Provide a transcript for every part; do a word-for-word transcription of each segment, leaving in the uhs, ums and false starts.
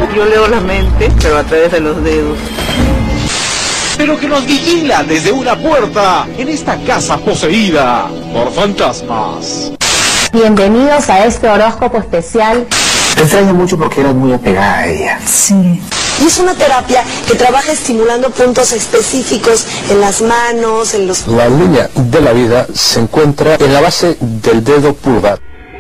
Yo leo la mente, pero a través de los dedos. Pero que nos vigila desde una puerta en esta casa poseída por fantasmas. Bienvenidos a este horóscopo especial. Te extraño mucho porque eras muy apegada a ella. Sí. Y es una terapia que trabaja estimulando puntos específicos en las manos, en los... La línea de la vida se encuentra en la base del dedo pulgar.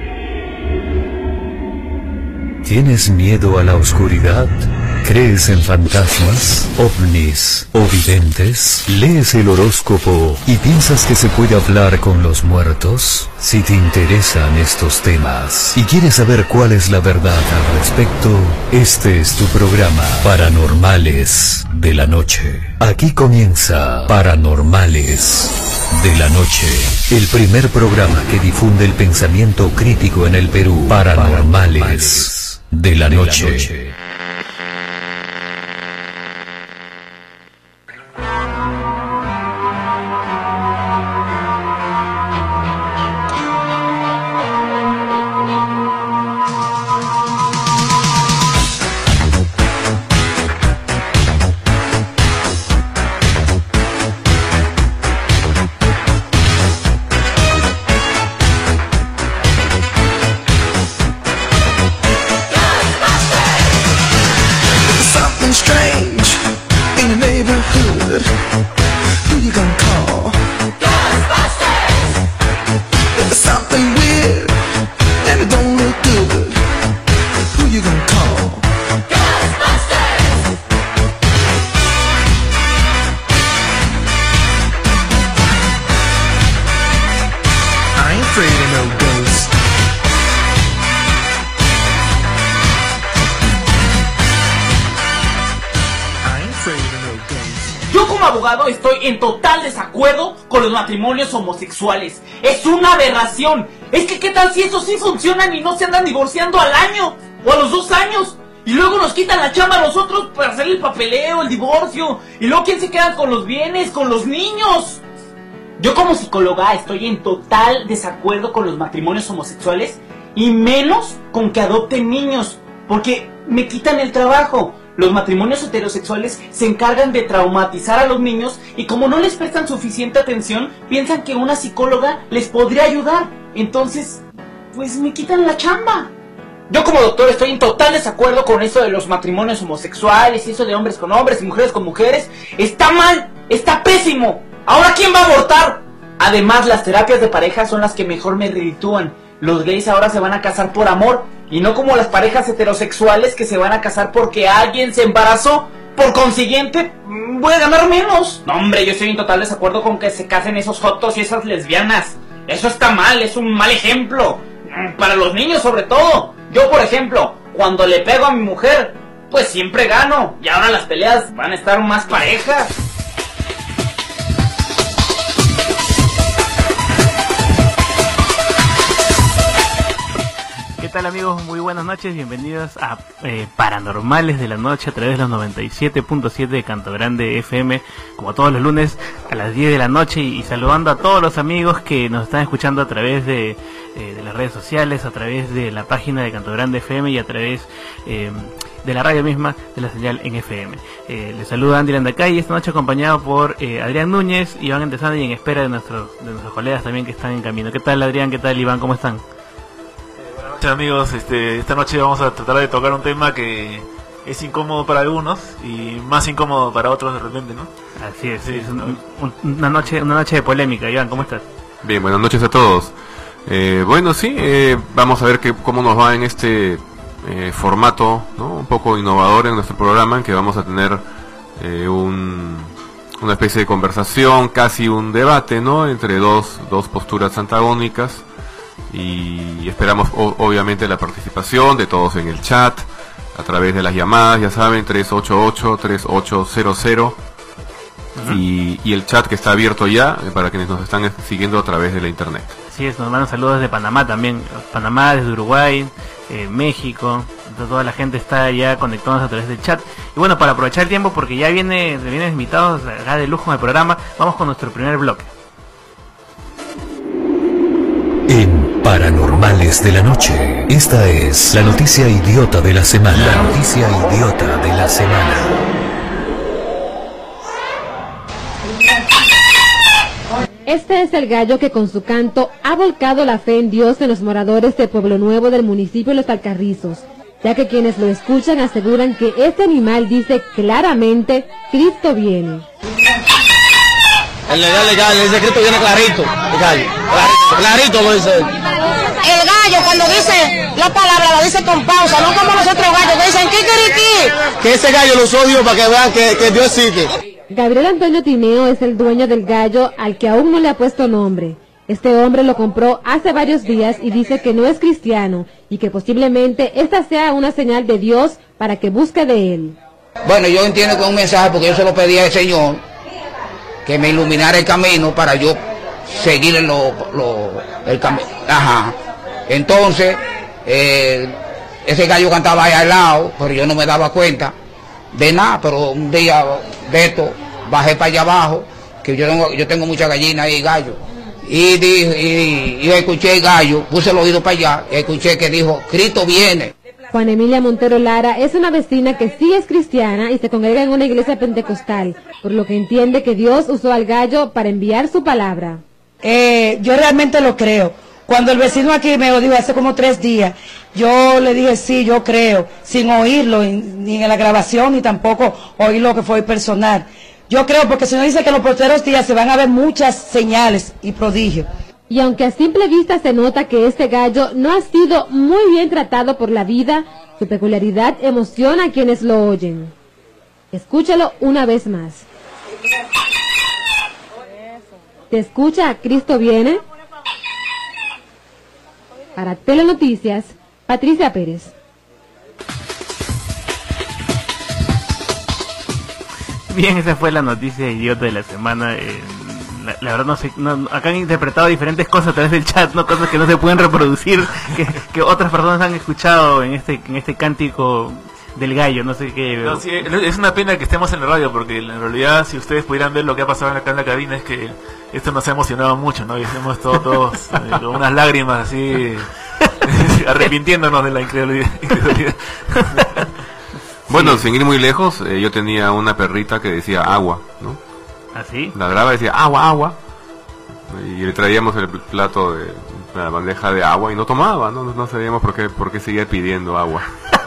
¿Tienes miedo a la oscuridad? ¿Crees en fantasmas, ovnis o videntes? ¿Lees el horóscopo y piensas que se puede hablar con los muertos? Si te interesan estos temas y quieres saber cuál es la verdad al respecto, este es tu programa Paranormales de la Noche. Aquí comienza Paranormales de la Noche, el primer programa que difunde el pensamiento crítico en el Perú. Paranormales de la Noche. Estoy en total desacuerdo con los matrimonios homosexuales. Es una aberración. Es que qué tal si eso sí funcionan y no se andan divorciando al año o a los dos años y luego nos quitan la chamba a nosotros para hacer el papeleo, el divorcio, y luego quién se queda con los bienes, con los niños. Yo como psicóloga estoy en total desacuerdo con los matrimonios homosexuales y menos con que adopten niños, porque me quitan el trabajo. Los matrimonios heterosexuales se encargan de traumatizar a los niños y como no les prestan suficiente atención, piensan que una psicóloga les podría ayudar. Entonces, pues me quitan la chamba. Yo como doctor estoy en total desacuerdo con eso de los matrimonios homosexuales y eso de hombres con hombres y mujeres con mujeres. Está mal, está pésimo. ¿Ahora quién va a abortar? Además, las terapias de pareja son las que mejor me reditúan. Los gays ahora se van a casar por amor y no como las parejas heterosexuales que se van a casar porque alguien se embarazó. Por consiguiente, voy a ganar menos. No, hombre, yo estoy en total desacuerdo con que se casen esos jotos y esas lesbianas. Eso está mal, es un mal ejemplo. Para los niños sobre todo. Yo, por ejemplo, cuando le pego a mi mujer, pues siempre gano. Y ahora las peleas van a estar más parejas. ¿Qué tal, amigos? Muy buenas noches, bienvenidos a eh, Paranormales de la Noche a través de los noventa y siete punto siete de Canto Grande F M, como todos los lunes a las diez de la noche, y, y saludando a todos los amigos que nos están escuchando a través de, eh, de las redes sociales, a través de la página de Canto Grande F M y a través eh, de la radio misma, de la señal en F M. Eh, les saluda Andy Landacay, esta noche acompañado por eh, Adrián Núñez, Iván Antesana y en espera de nuestros, de nuestros colegas también que están en camino. ¿Qué tal, Adrián? ¿Qué tal, Iván? ¿Cómo están? Amigos, este, esta noche vamos a tratar de tocar un tema que es incómodo para algunos y más incómodo para otros de repente, ¿no? Así es, sí, es un, un, una noche una noche de polémica. Iván, ¿cómo estás? Bien, buenas noches a todos. Eh, bueno, sí, eh, vamos a ver que, cómo nos va en este eh, formato, ¿no? Un poco innovador en nuestro programa, en que vamos a tener eh, un, una especie de conversación, casi un debate, ¿no? Entre dos, dos posturas antagónicas. Y esperamos o, obviamente la participación de todos en el chat a través de las llamadas, ya saben, tres ocho ocho, tres ocho cero cero uh-huh. y, y el chat que está abierto ya para quienes nos están siguiendo a través de la internet. Sí, es, nos mandan saludos desde Panamá también, Panamá, desde Uruguay, eh, México, toda la gente está ya conectándose a través del chat. Y bueno, para aprovechar el tiempo, porque ya viene, vienen invitados acá de lujo en el programa, vamos con nuestro primer bloque. En Paranormal Paranormales de la noche. Esta es la noticia idiota de la semana. La noticia idiota de la semana. Este es el gallo que con su canto ha volcado la fe en Dios en los moradores de Pueblo Nuevo del municipio de Los Alcarrizos, ya que quienes lo escuchan aseguran que este animal dice claramente, Cristo viene. El legal, legal, dice Cristo viene clarito, el gallo, clarito, clarito lo dice él. El gallo cuando dice la palabra la dice con pausa, no como los otros gallos que dicen kikiriki. Que ese gallo lo usó Dios para que vean que, que Dios existe. Gabriel Antonio Tineo es el dueño del gallo al que aún no le ha puesto nombre. Este hombre lo compró hace varios días y dice que no es cristiano y que posiblemente esta sea una señal de Dios para que busque de él. Bueno, yo entiendo que es un mensaje porque yo se lo pedí al Señor que me iluminara el camino para yo seguir lo, lo, el camino. Ajá. Entonces, eh, ese gallo cantaba ahí al lado, pero yo no me daba cuenta de nada, pero un día de esto bajé para allá abajo, que yo tengo, yo tengo muchas gallinas y gallos, y, y, y, y escuché el gallo, puse el oído para allá, y escuché que dijo, Cristo viene. Juan Emilia Montero Lara es una vecina que sí es cristiana y se congrega en una iglesia pentecostal, por lo que entiende que Dios usó al gallo para enviar su palabra. Eh, yo realmente lo creo. Cuando el vecino aquí me lo dijo hace como tres días, yo le dije sí, yo creo, sin oírlo, ni en la grabación, ni tampoco oír lo que fue personal. Yo creo porque el Señor dice que en los postreros días se van a ver muchas señales y prodigios. Y aunque a simple vista se nota que este gallo no ha sido muy bien tratado por la vida, su peculiaridad emociona a quienes lo oyen. Escúchalo una vez más. ¿Te escucha Cristo viene? Para Telenoticias, Patricia Pérez. Bien, esa fue la noticia idiota de la semana. Eh, la, la verdad no sé, no, acá han interpretado diferentes cosas a través del chat, no cosas que no se pueden reproducir, que, que otras personas han escuchado en este en este cántico del gallo, no sé qué. No, sí, es una pena que estemos en la radio, porque en realidad si ustedes pudieran ver lo que ha pasado acá en la cabina es que esto nos ha emocionado mucho, ¿no? Y hemos estado todos eh, con unas lágrimas así arrepintiéndonos de la incredulidad. Bueno, sí. Sin ir muy lejos, eh, yo tenía una perrita que decía agua, ¿no? ¿Ah, sí? Ladraba y decía agua, agua. Y le traíamos el plato de la bandeja de agua y no tomaba, ¿no? No sabíamos por qué, por qué seguía pidiendo agua.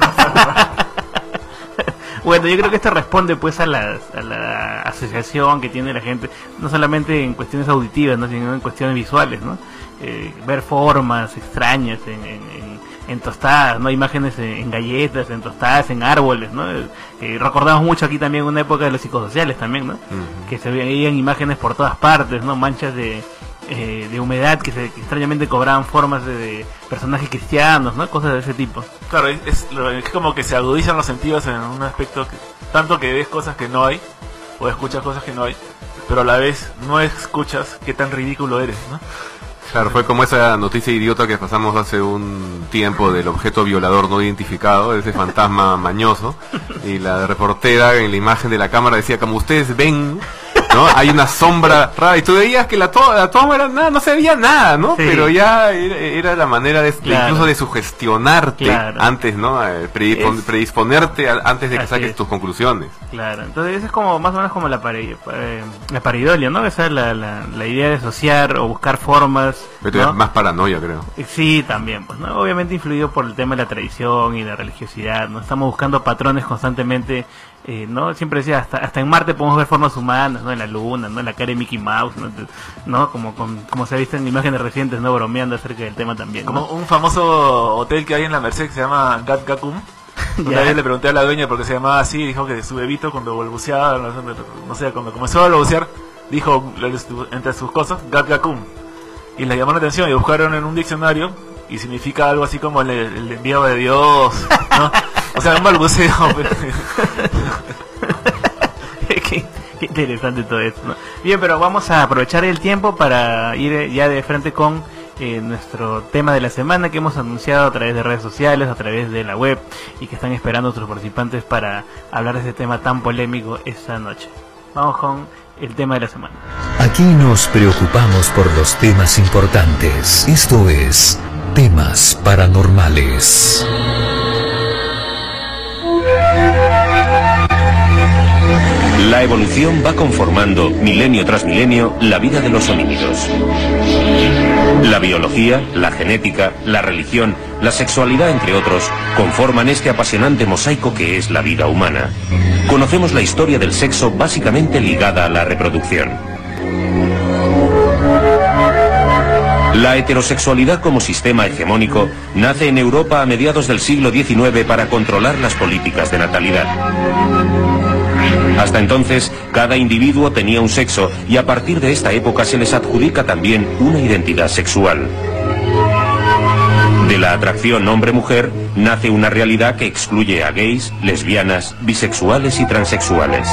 Bueno, yo creo que esto responde pues a la, a la asociación que tiene la gente, no solamente en cuestiones auditivas, ¿no? Sino en cuestiones visuales, ¿no? Eh, ver formas extrañas en, en, en, en tostadas, ¿no? Imágenes en, en galletas, en tostadas, en árboles, ¿no? Eh, recordamos mucho aquí también una época de los psicosociales también, ¿no? Uh-huh. Que se veían imágenes por todas partes, ¿no? Manchas de... Eh, de humedad que, se, que extrañamente cobraban formas de, de personajes cristianos, ¿no? Cosas de ese tipo. Claro, es, es, es como que se agudizan los sentidos en un aspecto que, tanto que ves cosas que no hay o escuchas cosas que no hay, pero a la vez no escuchas qué tan ridículo eres, ¿no? Claro, fue como esa noticia idiota que pasamos hace un tiempo del objeto violador no identificado, ese fantasma mañoso, y la reportera en la imagen de la cámara decía, como ustedes ven, ¿no? Hay una sombra rara, y tú veías que la, to la toma era nada, no se veía nada, ¿no? Sí. Pero ya era, era la manera de, claro. de incluso de sugestionarte claro. antes, ¿no? Predispon es... predisponerte a, antes de que Así saques es. tus conclusiones. Claro, entonces es como más o menos como la, pare eh, la pareidolia, ¿no? Esa es la, la, la idea de asociar o buscar formas. Pero ¿no? más paranoia, creo. Sí, también, pues, ¿no? Obviamente influido por el tema de la tradición y la religiosidad, ¿no? Estamos buscando patrones constantemente. Eh, ¿no? Siempre decía, hasta hasta en Marte podemos ver formas humanas, ¿no? En la luna, ¿no? En la cara de Mickey Mouse, ¿no? ¿no? Como, con, como se ha visto en imágenes recientes, ¿no? Bromeando acerca del tema también, ¿no? Como un famoso hotel que hay en la Merced que se llama Gat Gakum. Una vez le pregunté a la dueña por qué se llamaba así, dijo que su bebito cuando balbuceaba, no, no sé, cuando comenzó a balbucear, dijo entre sus cosas, Gat Gakum. Y le llamó la atención y buscaron en un diccionario y significa algo así como el, el enviado de Dios, ¿no? O sea, un balbuceo. qué, qué interesante todo esto, ¿no? Bien, pero vamos a aprovechar el tiempo para ir ya de frente con eh, nuestro tema de la semana que hemos anunciado a través de redes sociales, a través de la web, y que están esperando nuestros participantes para hablar de este tema tan polémico esta noche. Vamos con el tema de la semana. Aquí nos preocupamos por los temas importantes. Esto es Temas paranormales. La evolución va conformando, milenio tras milenio, la vida de los homínidos. La biología, la genética, la religión, la sexualidad, entre otros, conforman este apasionante mosaico que es la vida humana. Conocemos la historia del sexo básicamente ligada a la reproducción. La heterosexualidad como sistema hegemónico nace en Europa a mediados del siglo diecinueve para controlar las políticas de natalidad. Hasta entonces, cada individuo tenía un sexo y a partir de esta época se les adjudica también una identidad sexual. De la atracción hombre-mujer nace una realidad que excluye a gays, lesbianas, bisexuales y transexuales.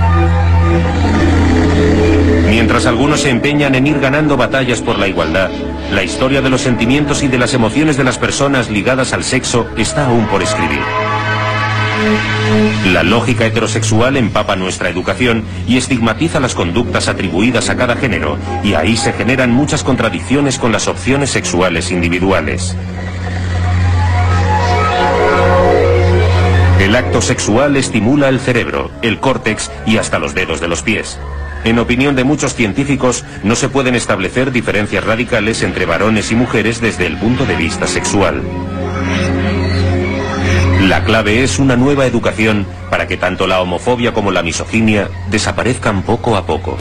Mientras algunos se empeñan en ir ganando batallas por la igualdad, la historia de los sentimientos y de las emociones de las personas ligadas al sexo está aún por escribir. La lógica heterosexual empapa nuestra educación y estigmatiza las conductas atribuidas a cada género, y ahí se generan muchas contradicciones con las opciones sexuales individuales. El acto sexual estimula el cerebro, el córtex y hasta los dedos de los pies. En opinión de muchos científicos, no se pueden establecer diferencias radicales entre varones y mujeres desde el punto de vista sexual. La clave es una nueva educación para que tanto la homofobia como la misoginia desaparezcan poco a poco.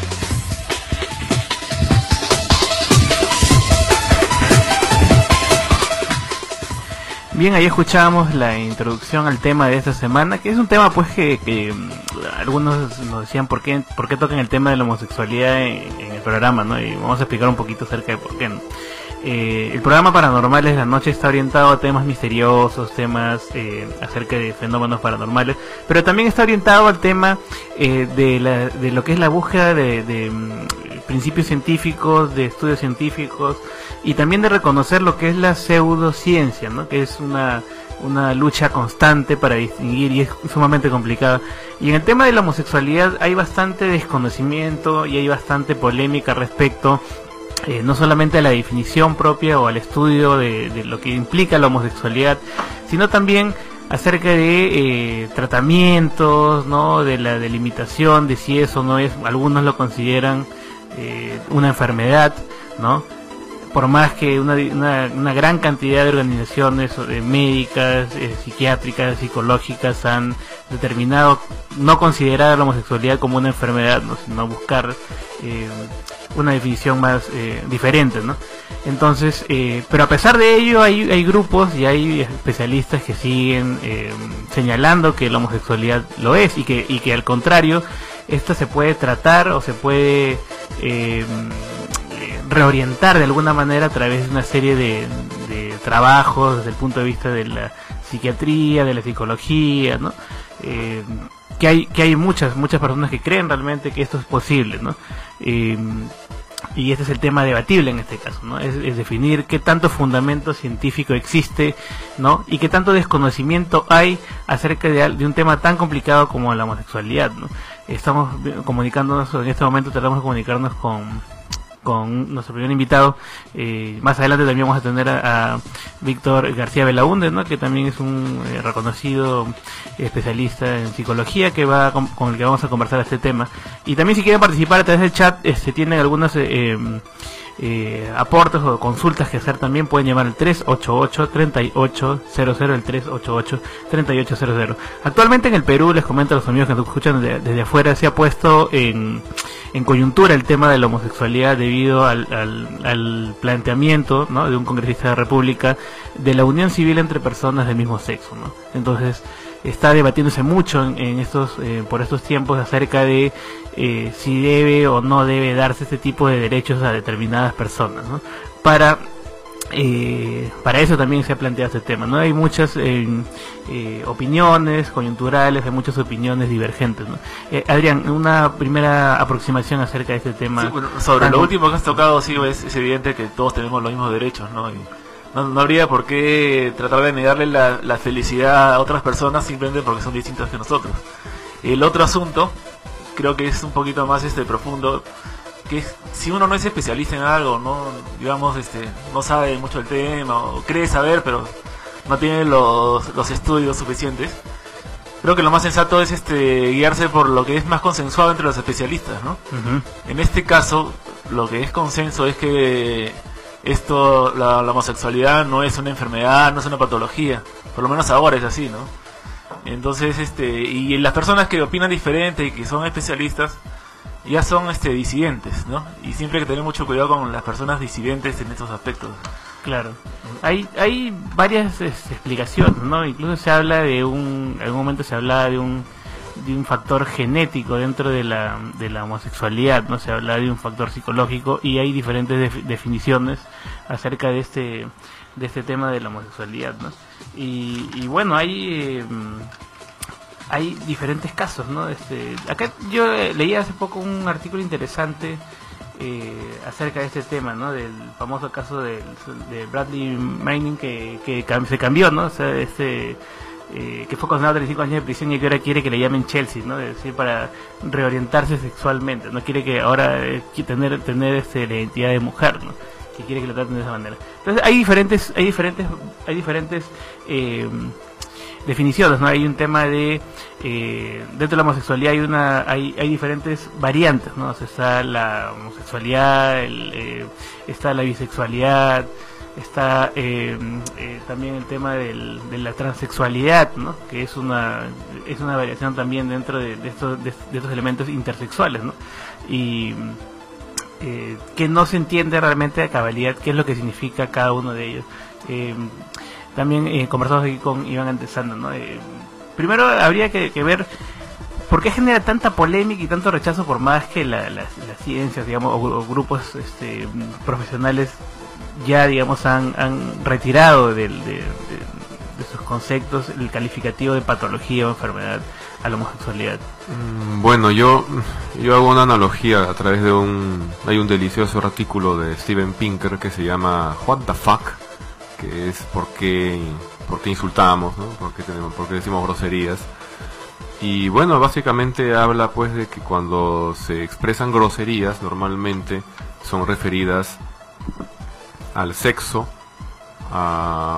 Bien, ahí escuchábamos la introducción al tema de esta semana, que es un tema pues que, que algunos nos decían por qué, por qué tocan el tema de la homosexualidad en, en el programa, ¿no? Y vamos a explicar un poquito acerca de por qué, ¿no? Eh, el programa Paranormales de la Noche está orientado a temas misteriosos, temas eh, acerca de fenómenos paranormales, pero también está orientado al tema eh, de, la, de lo que es la búsqueda de, de um, principios científicos, de estudios científicos, y también de reconocer lo que es la pseudociencia, ¿no? Que es una, una lucha constante para distinguir y es sumamente complicada. Y en el tema de la homosexualidad hay bastante desconocimiento y hay bastante polémica respecto Eh, no solamente a la definición propia o al estudio de, de lo que implica la homosexualidad, sino también acerca de eh, tratamientos, ¿no? De la delimitación de si eso no es, algunos lo consideran eh, una enfermedad, ¿no? Por más que una, una, una gran cantidad de organizaciones eh, médicas, eh, psiquiátricas, psicológicas han determinado no considerar la homosexualidad como una enfermedad, ¿no? Sino buscar eh, una definición más eh, diferente, ¿no? Entonces, eh, pero a pesar de ello hay, hay grupos y hay especialistas que siguen eh, señalando que la homosexualidad lo es y que, y que al contrario, esta se puede tratar o se puede eh, reorientar de alguna manera a través de una serie de, de trabajos desde el punto de vista de la psiquiatría, de la psicología, ¿no? Eh, que hay que hay muchas muchas personas que creen realmente que esto es posible, ¿no? Eh, y este es el tema debatible en este caso, ¿no? Es, es definir qué tanto fundamento científico existe, ¿no? Y qué tanto desconocimiento hay acerca de, de un tema tan complicado como la homosexualidad, ¿no? Estamos comunicándonos, en este momento tratamos de comunicarnos con con nuestro primer invitado. Eh, más adelante también vamos a tener a, a Víctor García Belaúnde, ¿no? Que también es un eh, reconocido especialista en psicología que va con, con el que vamos a conversar este tema. Y también si quieren participar a través del chat, este, tienen algunos eh, eh, aportes o consultas que hacer también, pueden llamar al tres ocho ocho, tres ocho cero cero, el tres ocho ocho, tres ocho cero cero. Actualmente en el Perú, les comento a los amigos que nos escuchan desde, desde afuera, se ha puesto en en coyuntura el tema de la homosexualidad debido al, al, al planteamiento, ¿no? De un congresista de la República de la unión civil entre personas del mismo sexo, ¿no? Entonces está debatiéndose mucho en, en estos eh, por estos tiempos acerca de eh, si debe o no debe darse este tipo de derechos a determinadas personas, ¿no? Para Eh, para eso también se ha planteado este tema, ¿no? Hay muchas eh, eh, opiniones coyunturales, hay muchas opiniones divergentes, ¿no? Eh, Adrián, una primera aproximación acerca de este tema. Sí, bueno, sobre lo último que has tocado, sí, es, es evidente que todos tenemos los mismos derechos, ¿no? Y no, no habría por qué tratar de negarle la, la felicidad a otras personas simplemente porque son distintas que nosotros. El otro asunto, creo que es un poquito más este profundo, que es, si uno no es especialista en algo, no, digamos, este, no sabe mucho del tema, o cree saber, pero no tiene los, los estudios suficientes, creo que lo más sensato es este guiarse por lo que es más consensuado entre los especialistas, ¿no? Uh-huh. En este caso, lo que es consenso es que esto, la, la homosexualidad no es una enfermedad, no es una patología, por lo menos ahora es así, ¿no? Entonces, este, y las personas que opinan diferente y que son especialistas, ya son este disidentes, ¿no? Y siempre hay que tener mucho cuidado con las personas disidentes en estos aspectos. Claro. Hay hay varias es, explicaciones, ¿no? Incluso se habla de un, en algún momento se hablaba de un de un factor genético dentro de la de la homosexualidad, no se habla de un factor psicológico, y hay diferentes def, definiciones acerca de este de este tema de la homosexualidad, ¿no? Y, y bueno, hay eh, hay diferentes casos, ¿no? Este, acá yo leí hace poco un artículo interesante eh, acerca de este tema, ¿no? Del famoso caso de, de Bradley Manning que, que se cambió, ¿no? O sea, este eh, que fue condenado a treinta y cinco años de prisión y que ahora quiere que le llamen Chelsea, ¿no? Es decir, para reorientarse sexualmente, no quiere que ahora eh, tener tener este, la identidad de mujer, ¿no? Que quiere que lo traten de esa manera. Entonces hay diferentes hay diferentes hay diferentes eh, definiciones, ¿no? Hay un tema de eh, dentro de la homosexualidad hay una hay hay diferentes variantes, ¿no? O sea, está la homosexualidad, el, eh, está la bisexualidad, está eh, eh, también el tema del, de la transexualidad, ¿no? Que es una es una variación también dentro de, de estos de, de estos elementos intersexuales, ¿no? Y eh, que no se entiende realmente a cabalidad qué es lo que significa cada uno de ellos. Eh, también eh, conversamos aquí con Iván Antesando, ¿no? Eh, primero habría que, que ver por qué genera tanta polémica y tanto rechazo, por más que la, la, las ciencias, digamos, o, o grupos este, profesionales ya, digamos, han, han retirado del, de, de, de sus conceptos el calificativo de patología o enfermedad a la homosexualidad. Bueno, yo yo hago una analogía a través de un hay un delicioso artículo de Steven Pinker que se llama What the Fuck, que es por qué, por qué insultamos, ¿no? por, qué tenemos, por qué decimos groserías. Y bueno, básicamente habla pues de que cuando se expresan groserías normalmente son referidas al sexo, a,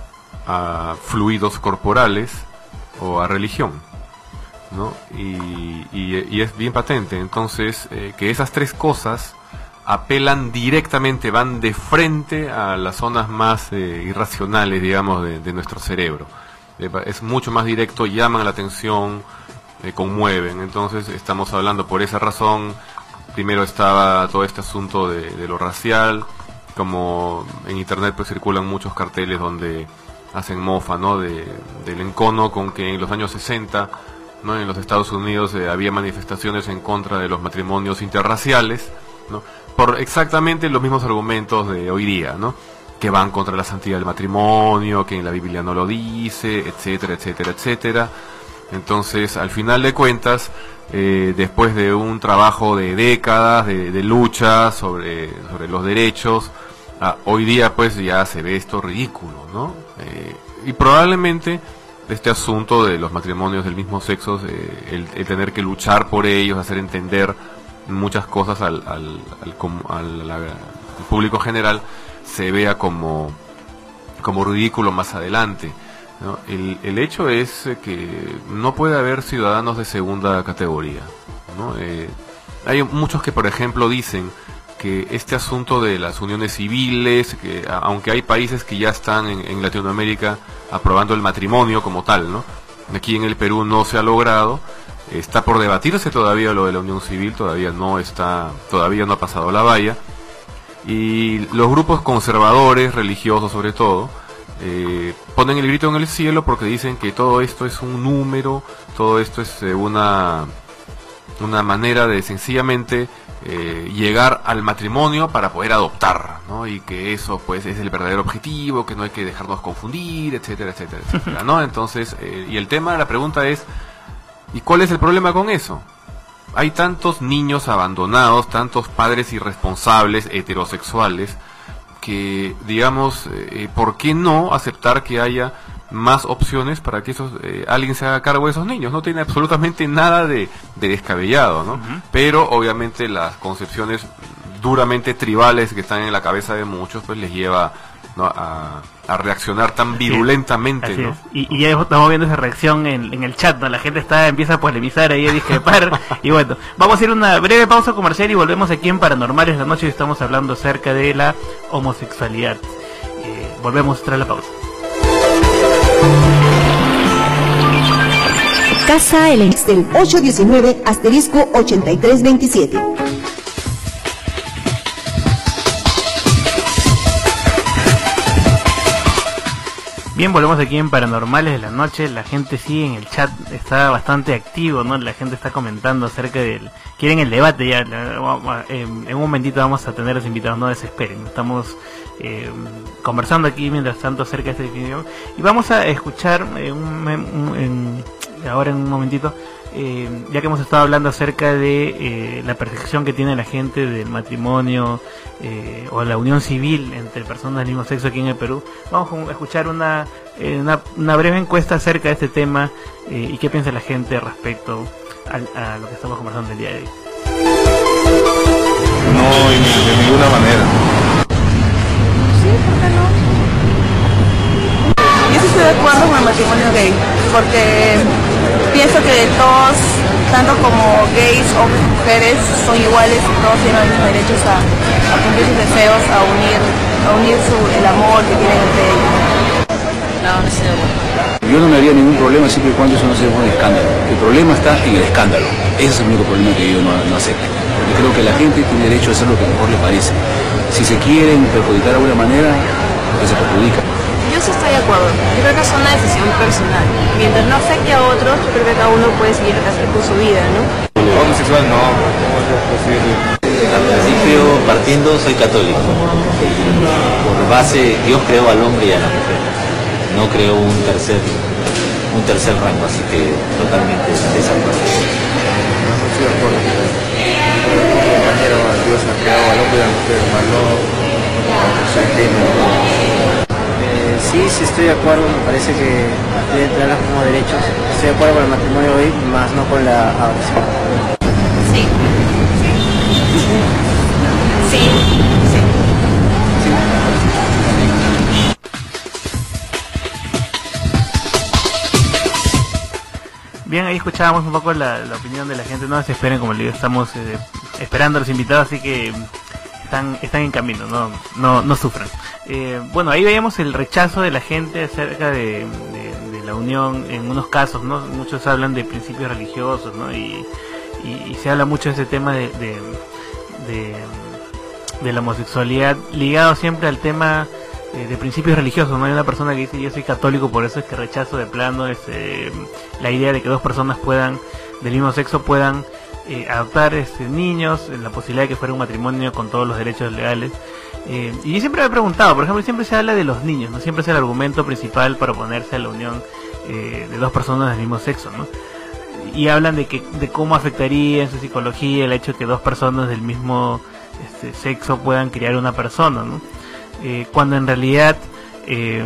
a fluidos corporales o a religión, ¿no? Y, y, y es bien patente entonces eh, que esas tres cosas apelan directamente, van de frente a las zonas más eh, irracionales, digamos, de, de nuestro cerebro. Eh, es mucho más directo, llaman la atención, eh, conmueven. Entonces estamos hablando por esa razón. Primero estaba todo este asunto de, de lo racial, como en internet pues circulan muchos carteles donde hacen mofa, ¿no? de, del encono con que en los años sesenta, ¿no? en los Estados Unidos eh, había manifestaciones en contra de los matrimonios interraciales, ¿no? por exactamente los mismos argumentos de hoy día, ¿no? que van contra la santidad del matrimonio, que en la Biblia no lo dice, etcétera, etcétera, etcétera. Entonces, al final de cuentas, eh, después de un trabajo de décadas de, de lucha sobre, sobre los derechos, ah, hoy día pues ya se ve esto ridículo, ¿no? Eh, y probablemente este asunto de los matrimonios del mismo sexo, eh, el, el tener que luchar por ellos, hacer entender muchas cosas al, al, al, al, al, al público general, se vea como, como ridículo más adelante, ¿no? El, el hecho es que no puede haber ciudadanos de segunda categoría, ¿no? Eh, hay muchos que, por ejemplo, dicen que este asunto de las uniones civiles, que aunque hay países que ya están en, en Latinoamérica aprobando el matrimonio como tal, ¿no? Aquí en el Perú no se ha logrado, está por debatirse todavía lo de la unión civil, todavía no está, todavía no ha pasado la valla. Y los grupos conservadores, religiosos sobre todo, eh, ponen el grito en el cielo porque dicen que todo esto es un número, todo esto es eh, una, una manera de sencillamente eh, llegar al matrimonio para poder adoptar, ¿no? Y que eso pues es el verdadero objetivo, que no hay que dejarnos confundir, etcétera, etcétera, etcétera, ¿no? Entonces, eh, y el tema, la pregunta es, ¿y cuál es el problema con eso? Hay tantos niños abandonados, tantos padres irresponsables, heterosexuales, que, digamos, eh, ¿por qué no aceptar que haya más opciones para que esos eh, alguien se haga cargo de esos niños. No tiene absolutamente nada de, de descabellado, ¿no? Uh-huh. Pero obviamente las concepciones duramente tribales que están en la cabeza de muchos, pues les lleva, ¿no?, a, a reaccionar tan virulentamente, así ¿no? Es. Y, y ya estamos viendo esa reacción en, en el chat, ¿no? La gente está empieza a polemizar ahí, a discrepar. Y bueno, vamos a ir a una breve pausa comercial y volvemos aquí en Paranormales de la Noche y estamos hablando acerca de la homosexualidad. Eh, volvemos tras la pausa. Casa El Ex del ocho diecinueve asterisco ochenta y tres veintisiete. Bien, volvemos aquí en Paranormales de la Noche. La gente sigue en el chat, está bastante activo, ¿no? La gente está comentando acerca del... Quieren el debate ya. En un momentito vamos a tener a los invitados, no desesperen. Estamos eh, conversando aquí mientras tanto acerca de esta definición. Y vamos a escuchar eh, un, un, en, ahora en un momentito, eh, ya que hemos estado hablando acerca de eh, la percepción que tiene la gente del matrimonio eh, o la unión civil entre personas del mismo sexo aquí en el Perú. Vamos a escuchar una, eh, una, una breve encuesta acerca de este tema eh, y qué piensa la gente respecto a, a lo que estamos conversando el día de hoy. No, de ninguna manera. Sí, ¿por qué no? Yo sí estoy de acuerdo con el matrimonio gay, porque pienso que todos, tanto como gays, hombres y mujeres, son iguales y todos tienen los mismos derechos a, a cumplir sus deseos, a unir, a unir su, el amor que tienen entre ellos. No, no estoy de acuerdo. Yo no me haría ningún problema siempre y cuando eso no sea un escándalo. El problema está en el escándalo. Ese es el único problema que yo no, no acepto. Porque creo que la gente tiene derecho a hacer lo que mejor le parece. Si se quieren perjudicar de alguna manera, pues se perjudica. Yo sí estoy de acuerdo. Yo creo que es una decisión personal. Mientras no afecte a otros, yo creo que cada uno puede seguir el resto con su vida, ¿no? Homosexual no, no es posible. Al principio, partiendo, soy católico. Y por base, Dios creó al hombre y a la mujer. No creó un tercer, un tercer rango, así que totalmente desacuerdo. No estoy de acuerdo. Compañero, Dios ha creado al hombre y a la mujer, más no, no soy género. Sí, sí estoy de acuerdo, me parece que deben tener los mismos derechos. Estoy de acuerdo con el matrimonio hoy, más no con la adopción. Sí. Sí. Sí. Bien, ahí escuchábamos un poco la, la opinión de la gente. No se esperen, como les digo, estamos eh, esperando a los invitados, así que están están en camino, no no no sufran. Eh, bueno, ahí veíamos el rechazo de la gente acerca de, de, de la unión en unos casos, ¿no? Muchos hablan de principios religiosos, ¿no? Y, y, y se habla mucho de ese tema de, de, de, de la homosexualidad ligado siempre al tema eh, de principios religiosos, ¿no? Hay una persona que dice: yo soy católico, por eso es que rechazo de plano este, la idea de que dos personas puedan del mismo sexo puedan Eh, adoptar este, niños, la posibilidad de que fuera un matrimonio con todos los derechos legales. Eh, y yo siempre me he preguntado, por ejemplo, siempre se habla de los niños, no siempre es el argumento principal para oponerse a la unión eh, de dos personas del mismo sexo, ¿no? Y hablan de que de cómo afectaría en su psicología el hecho de que dos personas del mismo este, sexo puedan criar una persona, ¿no? Eh, cuando en realidad, eh,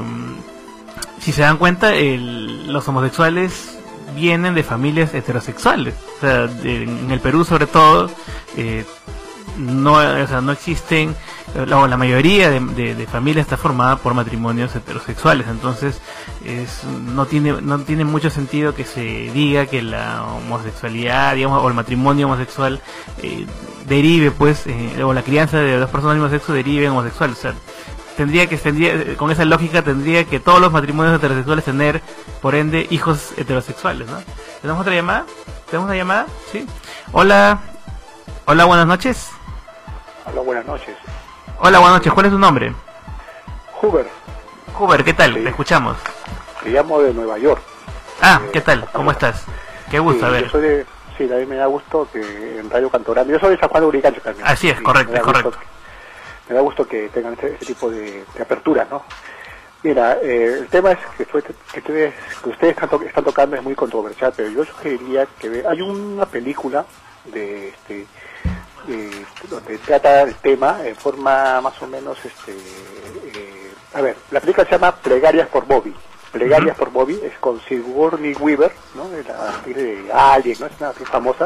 si se dan cuenta, el, los homosexuales vienen de familias heterosexuales. O sea, de, en el Perú sobre todo eh, no, o sea, no existen, la, la mayoría de, de, de familias está formada por matrimonios heterosexuales. Entonces es, no tiene no tiene mucho sentido que se diga que la homosexualidad, digamos, o el matrimonio homosexual eh, derive, pues, eh, o la crianza de dos personas del mismo sexo derive en homosexual. O sea, tendría que tendría, con esa lógica tendría que todos los matrimonios heterosexuales tener, por ende, hijos heterosexuales, ¿no? ¿Tenemos otra llamada? ¿Tenemos una llamada? Sí. Hola. Hola, buenas noches. Hola, buenas noches. Hola, buenas noches. ¿Cuál es su nombre? Huber. Huber, ¿qué tal? Sí. Te escuchamos. Te llamo de Nueva York. Ah, ¿qué tal? ¿Cómo estás? Qué gusto, sí, a ver. Yo soy de, sí, también me da gusto que en Radio Cantorano. Yo soy de San Juan de Urigancho también. Así es, sí, correcto, es correcto. Me da gusto que tengan este, este tipo de, de apertura, ¿no? Mira, eh, el tema es que, fue, que ustedes, que ustedes están, to están tocando es muy controversial, pero yo sugeriría que ve, hay una película de este de, donde trata el tema en forma más o menos este eh, a ver, la película se llama Plegarias por Bobby. Plegarias uh-huh. por Bobby, es con Sigourney Weaver, ¿no? De la actriz de Alien, ¿no? Es una actriz famosa.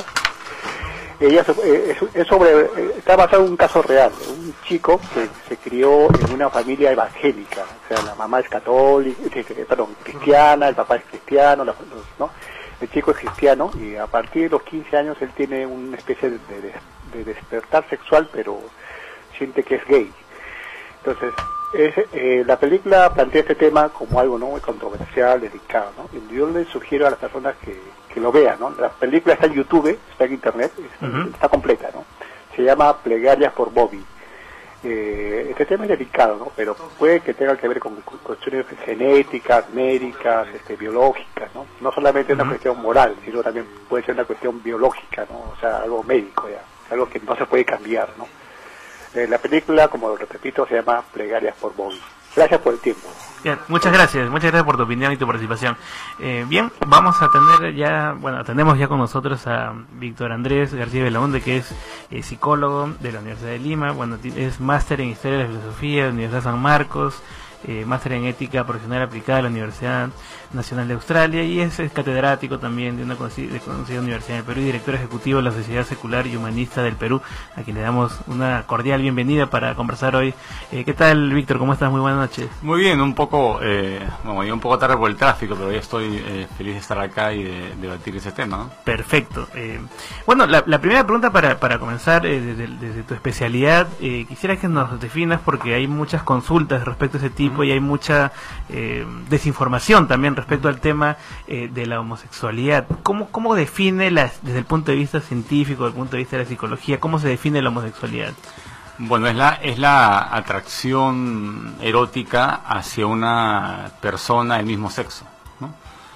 Ella eh, es, es sobre, eh, está basado en un caso real, un chico que se crió en una familia evangélica, o sea, la mamá es católica, eh, perdón, cristiana, el papá es cristiano, la, ¿no? El chico es cristiano y a partir de los quince años él tiene una especie de, de, de despertar sexual, pero siente que es gay. Entonces, es, eh, la película plantea este tema como algo no muy controversial, delicado, ¿no? Y yo les sugiero a las personas que, que lo vean, ¿no? La película está en YouTube, está en internet, está, uh-huh. está completa, ¿no? Se llama Plegarias por Bobby. Eh, este tema es delicado, ¿no? Pero puede que tenga que ver con cuestiones genéticas, médicas, este, biológicas, ¿no? No solamente uh-huh. una cuestión moral, sino también puede ser una cuestión biológica, ¿no? O sea, algo médico, ya, algo que no se puede cambiar, ¿no? Eh, la película, como lo repito, se llama Plegarias por Bobby. Gracias por el tiempo. Bien, muchas gracias, muchas gracias por tu opinión y tu participación. Eh, bien, vamos a tener ya, bueno, tenemos ya con nosotros a Víctor Andrés García Belaunde, que es eh, psicólogo de la Universidad de Lima, bueno, es máster en Historia de la Filosofía de la Universidad San Marcos, eh, máster en Ética Profesional Aplicada de la Universidad Nacional de Australia y es, es catedrático también de una conocida, de conocida universidad en el Perú y director ejecutivo de la Sociedad Secular y Humanista del Perú, a quien le damos una cordial bienvenida para conversar hoy. Eh, ¿Qué tal, Víctor? ¿Cómo estás? Muy buenas noches. Muy bien, un poco, eh, bueno, yo un poco tarde por el tráfico, pero ya estoy eh, feliz de estar acá y de, de debatir ese tema, ¿no? Perfecto. Eh, bueno, la, la primera pregunta para, para comenzar eh, desde, desde tu especialidad, eh, quisiera que nos definas porque hay muchas consultas respecto a ese tipo uh-huh. y hay mucha eh, desinformación también respecto al tema eh, de la homosexualidad. ¿Cómo, cómo define la, desde el punto de vista científico, desde el punto de vista de la psicología, cómo se define la homosexualidad? Bueno, es la, es la atracción erótica hacia una persona del mismo sexo, ¿no?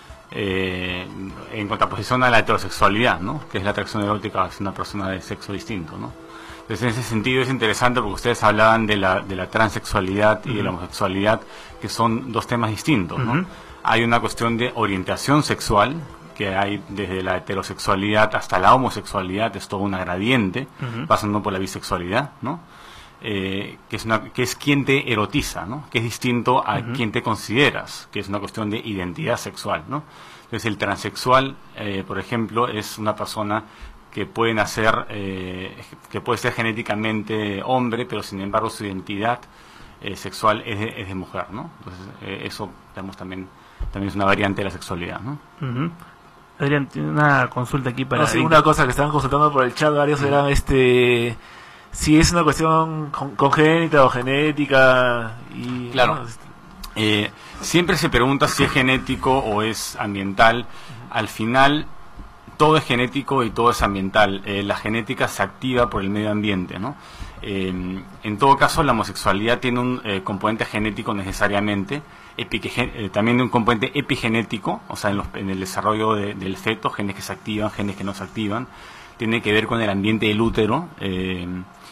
Eh, en contraposición a la heterosexualidad, ¿no? Que es la atracción erótica hacia una persona de sexo distinto, ¿no? Entonces, en ese sentido es interesante porque ustedes hablaban de la, de la transexualidad y uh-huh. de la homosexualidad, que son dos temas distintos, ¿no? Uh-huh. Hay una cuestión de orientación sexual, que hay desde la heterosexualidad hasta la homosexualidad, es todo una gradiente, uh-huh. pasando por la bisexualidad, ¿no? Eh, que es una, que es quien te erotiza, ¿no? Que es distinto a uh-huh. quien te consideras, que es una cuestión de identidad sexual, ¿no? Entonces el transexual, eh, por ejemplo, es una persona que puede nacer, eh, que puede ser genéticamente hombre, pero sin embargo su identidad eh, sexual es de, es de mujer, ¿no? Entonces eh, eso, digamos, también también es una variante de la sexualidad, ¿no? Uh-huh. Adrián, tiene una consulta aquí para... No, sí, una cosa que estaban consultando por el chat varios uh-huh. eran este... si es una cuestión con, congénita o genética y... Claro. ¿no? Eh, siempre se pregunta si es genético o es ambiental. Uh-huh. Al final, todo es genético y todo es ambiental. Eh, la genética se activa por el medio ambiente, ¿no? Eh, en todo caso, la homosexualidad tiene un eh, componente genético necesariamente, epigen- eh, también un componente epigenético, o sea, en, los, en el desarrollo de, del feto, genes que se activan, genes que no se activan, tiene que ver con el ambiente del útero, eh,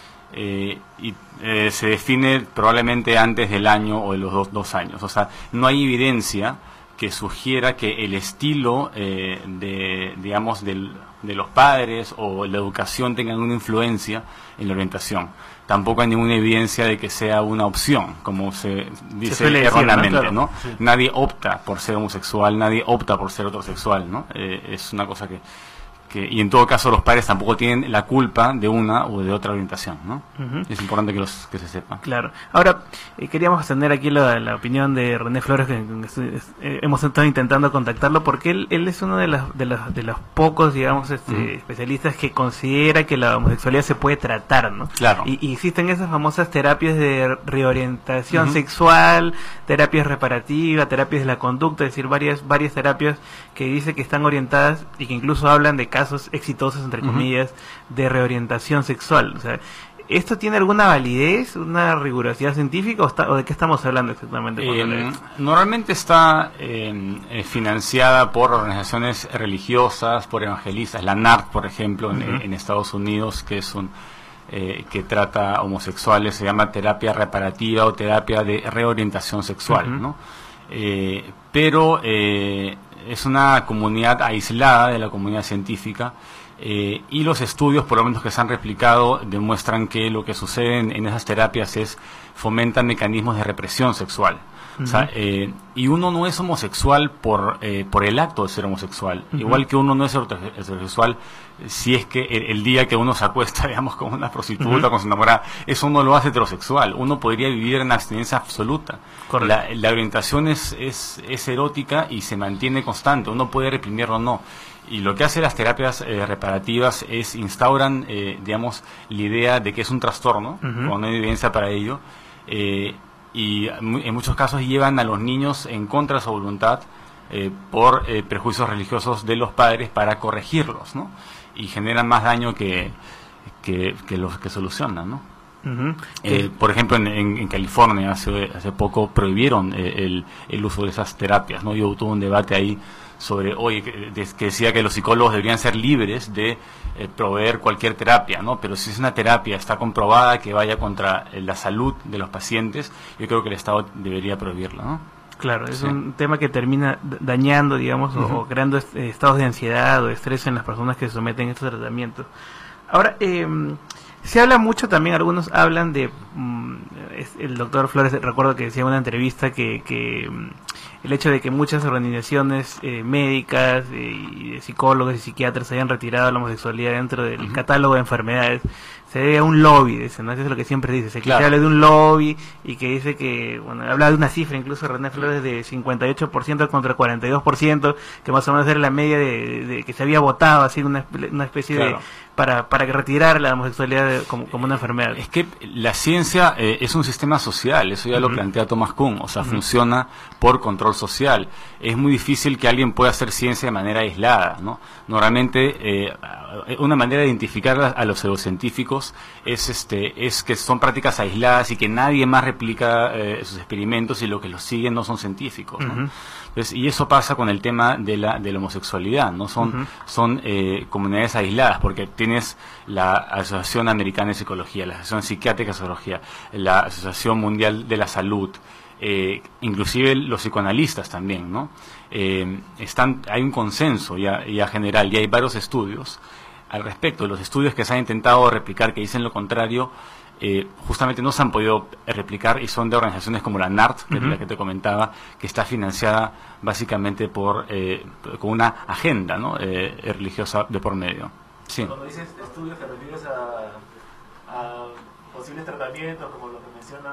eh, y eh, se define probablemente antes del año o de los dos, dos años, o sea, no hay evidencia que sugiera que el estilo eh, de, digamos, del, de los padres o la educación tengan una influencia en la orientación. Tampoco hay ninguna evidencia de que sea una opción, como se dice se erróneamente, ¿no? Claro. ¿no? Sí. Nadie opta por ser homosexual, nadie opta por ser heterosexual, ¿no? Eh, es una cosa que... Que, y en todo caso los padres tampoco tienen la culpa de una o de otra orientación, ¿no? Uh-huh. Es importante que los que se sepa. Claro. Ahora, eh, queríamos tener aquí la, la opinión de René Flores, que, que eh, hemos estado intentando contactarlo, porque él, él es uno de, las, de, las, de los pocos, digamos, este, uh-huh. especialistas que considera que la homosexualidad se puede tratar, ¿no? Claro. Y, y existen esas famosas terapias de reorientación uh-huh. sexual, terapias reparativas, terapias de la conducta, es decir, varias, varias terapias que dice que están orientadas y que incluso hablan de casos exitosos, entre comillas, uh-huh. de reorientación sexual. O sea, ¿esto tiene alguna validez, una rigurosidad científica o, está, o de qué estamos hablando exactamente? Eh, normalmente está eh, eh, financiada por organizaciones religiosas, por evangelistas, la N A R C, por ejemplo, uh-huh. en, en Estados Unidos, que es un eh, que trata homosexuales, se llama terapia reparativa o terapia de reorientación sexual, uh-huh. ¿no? Eh, pero eh, es una comunidad aislada de la comunidad científica eh, y los estudios, por lo menos que se han replicado, demuestran que lo que sucede en, en esas terapias es fomentan mecanismos de represión sexual. O sea, eh, y uno no es homosexual por eh, por el acto de ser homosexual. Uh-huh. Igual que uno no es heterosexual si es que el, el día que uno se acuesta, digamos, con una prostituta, Uh-huh. con su enamorada, eso no lo hace heterosexual. Uno podría vivir en abstinencia absoluta. La, la orientación es, es, es erótica y se mantiene constante. Uno puede reprimirlo o no. Y lo que hacen las terapias eh, reparativas es instauran, eh, digamos, la idea de que es un trastorno, Uh-huh. cuando no hay evidencia para ello, eh, y en muchos casos llevan a los niños en contra de su voluntad eh, por eh, prejuicios religiosos de los padres para corregirlos, ¿no? Y generan más daño que, que, que los que solucionan, ¿no? Uh-huh. Eh, por ejemplo, en, en, en California hace, hace poco prohibieron eh, el, el uso de esas terapias, ¿no? Yo tuve un debate ahí sobre, oye, que, de, que decía que los psicólogos deberían ser libres de eh, proveer cualquier terapia, ¿no? Pero si es una terapia, está comprobada que vaya contra eh, la salud de los pacientes, yo creo que el Estado debería prohibirla, ¿no? Claro, es Sí. un tema que termina d- dañando, digamos, o- Ujú. o creando est- eh, estados de ansiedad o de estrés en las personas que se someten a estos tratamientos. Ahora, eh, se habla mucho también, algunos hablan de, mm, es- el doctor Flores, recuerdo que decía en una entrevista que, que mm, el hecho de que muchas organizaciones eh, médicas eh, y de psicólogos y psiquiatras hayan retirado la homosexualidad dentro del uh-huh. catálogo de enfermedades se debe a un lobby, dice, ¿no? Eso es lo que siempre dice, se, Claro. se habla de un lobby y que dice que, bueno, habla de una cifra, incluso René Flores, de cincuenta y ocho por ciento contra cuarenta y dos por ciento, que más o menos era la media de, de, de que se había votado, así una, una especie Claro. de, para, para que retirar la homosexualidad de- como, como una enfermedad. Es que la ciencia eh, es un sistema social, eso ya lo Ujú. plantea Thomas Kuhn, o sea, Ujú. funciona por control social. Es muy difícil que alguien pueda hacer ciencia de manera aislada, ¿no? Normalmente, eh, una manera de identificar a, a los pseudocientíficos es, este, es que son prácticas aisladas y que nadie más replica eh, sus experimentos y lo que los siguen no son científicos, ¿no? Ujú. Entonces, y eso pasa con el tema de la, de la homosexualidad, ¿no? Son, Ujú. son eh, comunidades aisladas, porque tienes la Asociación Americana de Psicología, la Asociación Psiquiátrica de Psicología, la Asociación Mundial de la Salud, eh, inclusive los psicoanalistas también, ¿no? Eh, están, hay un consenso ya, ya general, y hay varios estudios al respecto. Los estudios que se han intentado replicar, que dicen lo contrario, eh, justamente no se han podido replicar y son de organizaciones como la NART, que es Ujú. la que te comentaba, que está financiada básicamente por eh, con una agenda, ¿no? eh, religiosa de por medio. Sí. Cuando dices estudios, ¿te refieres a, a posibles tratamientos, como lo que menciona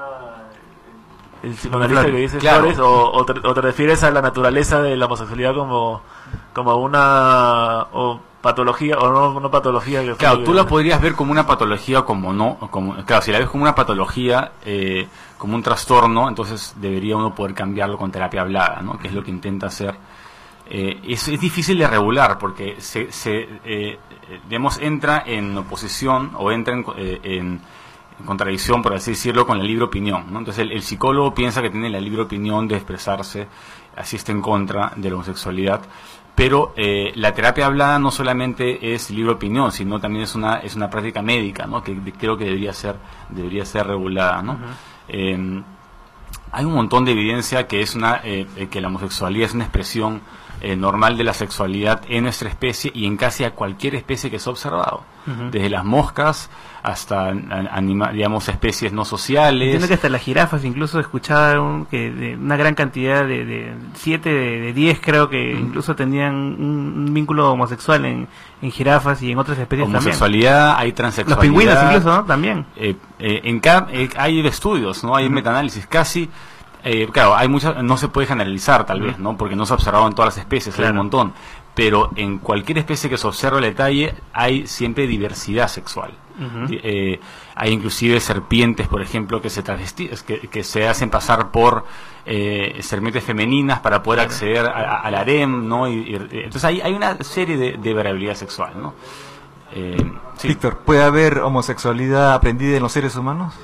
el, el psicoanalista que dice Claro. Flores, o, o, te, o te refieres a la naturaleza de la homosexualidad como, como una o patología o no, no patología? Que Claro, fue- tú la podrías ver como una patología o como no, o como, claro, si la ves como una patología, eh, como un trastorno, entonces debería uno poder cambiarlo con terapia hablada, ¿no? Que es lo que intenta hacer. Eh, es, es difícil de regular porque se, se eh, digamos, entra en oposición o entra en, eh, en, en contradicción, por así decirlo, con la libre opinión, ¿no? Entonces el, el psicólogo piensa que tiene la libre opinión de expresarse, así está en contra de la homosexualidad. Pero eh, la terapia hablada no solamente es libre opinión, sino también es una es una práctica médica, ¿no? Que de- creo que debería ser debería ser regulada, ¿no? Ujú. Eh, hay un montón de evidencia que es una eh, eh, que la homosexualidad es una expresión eh, normal de la sexualidad en nuestra especie y en casi a cualquier especie que se ha observado, Ujú. desde las moscas hasta an- anima- digamos especies no sociales. Entiendo que hasta las jirafas, incluso escuchaba un- que de una gran cantidad de, de siete de, de diez creo que incluso tenían un, un vínculo homosexual en, en jirafas y en otras especies Homosexualidad, hay también. Los transexualidad. pingüinos incluso, ¿no? También. Eh, eh, en ca- eh, hay estudios, ¿no? Hay metaanálisis casi. Eh, claro, hay muchas, no se puede generalizar tal vez, ¿no? Porque no se ha observado en todas las especies, hay Claro. un montón. Pero en cualquier especie que se observe el detalle hay siempre diversidad sexual. Ujú. Di- eh, hay inclusive serpientes, por ejemplo, que se travesti que, que se hacen pasar por eh, serpientes femeninas para poder Claro. acceder a- a- al harem, ¿no? Y, y- entonces hay, hay una serie de, de variabilidad sexual, ¿no? Eh, sí. Víctor, ¿puede haber homosexualidad aprendida en los seres humanos?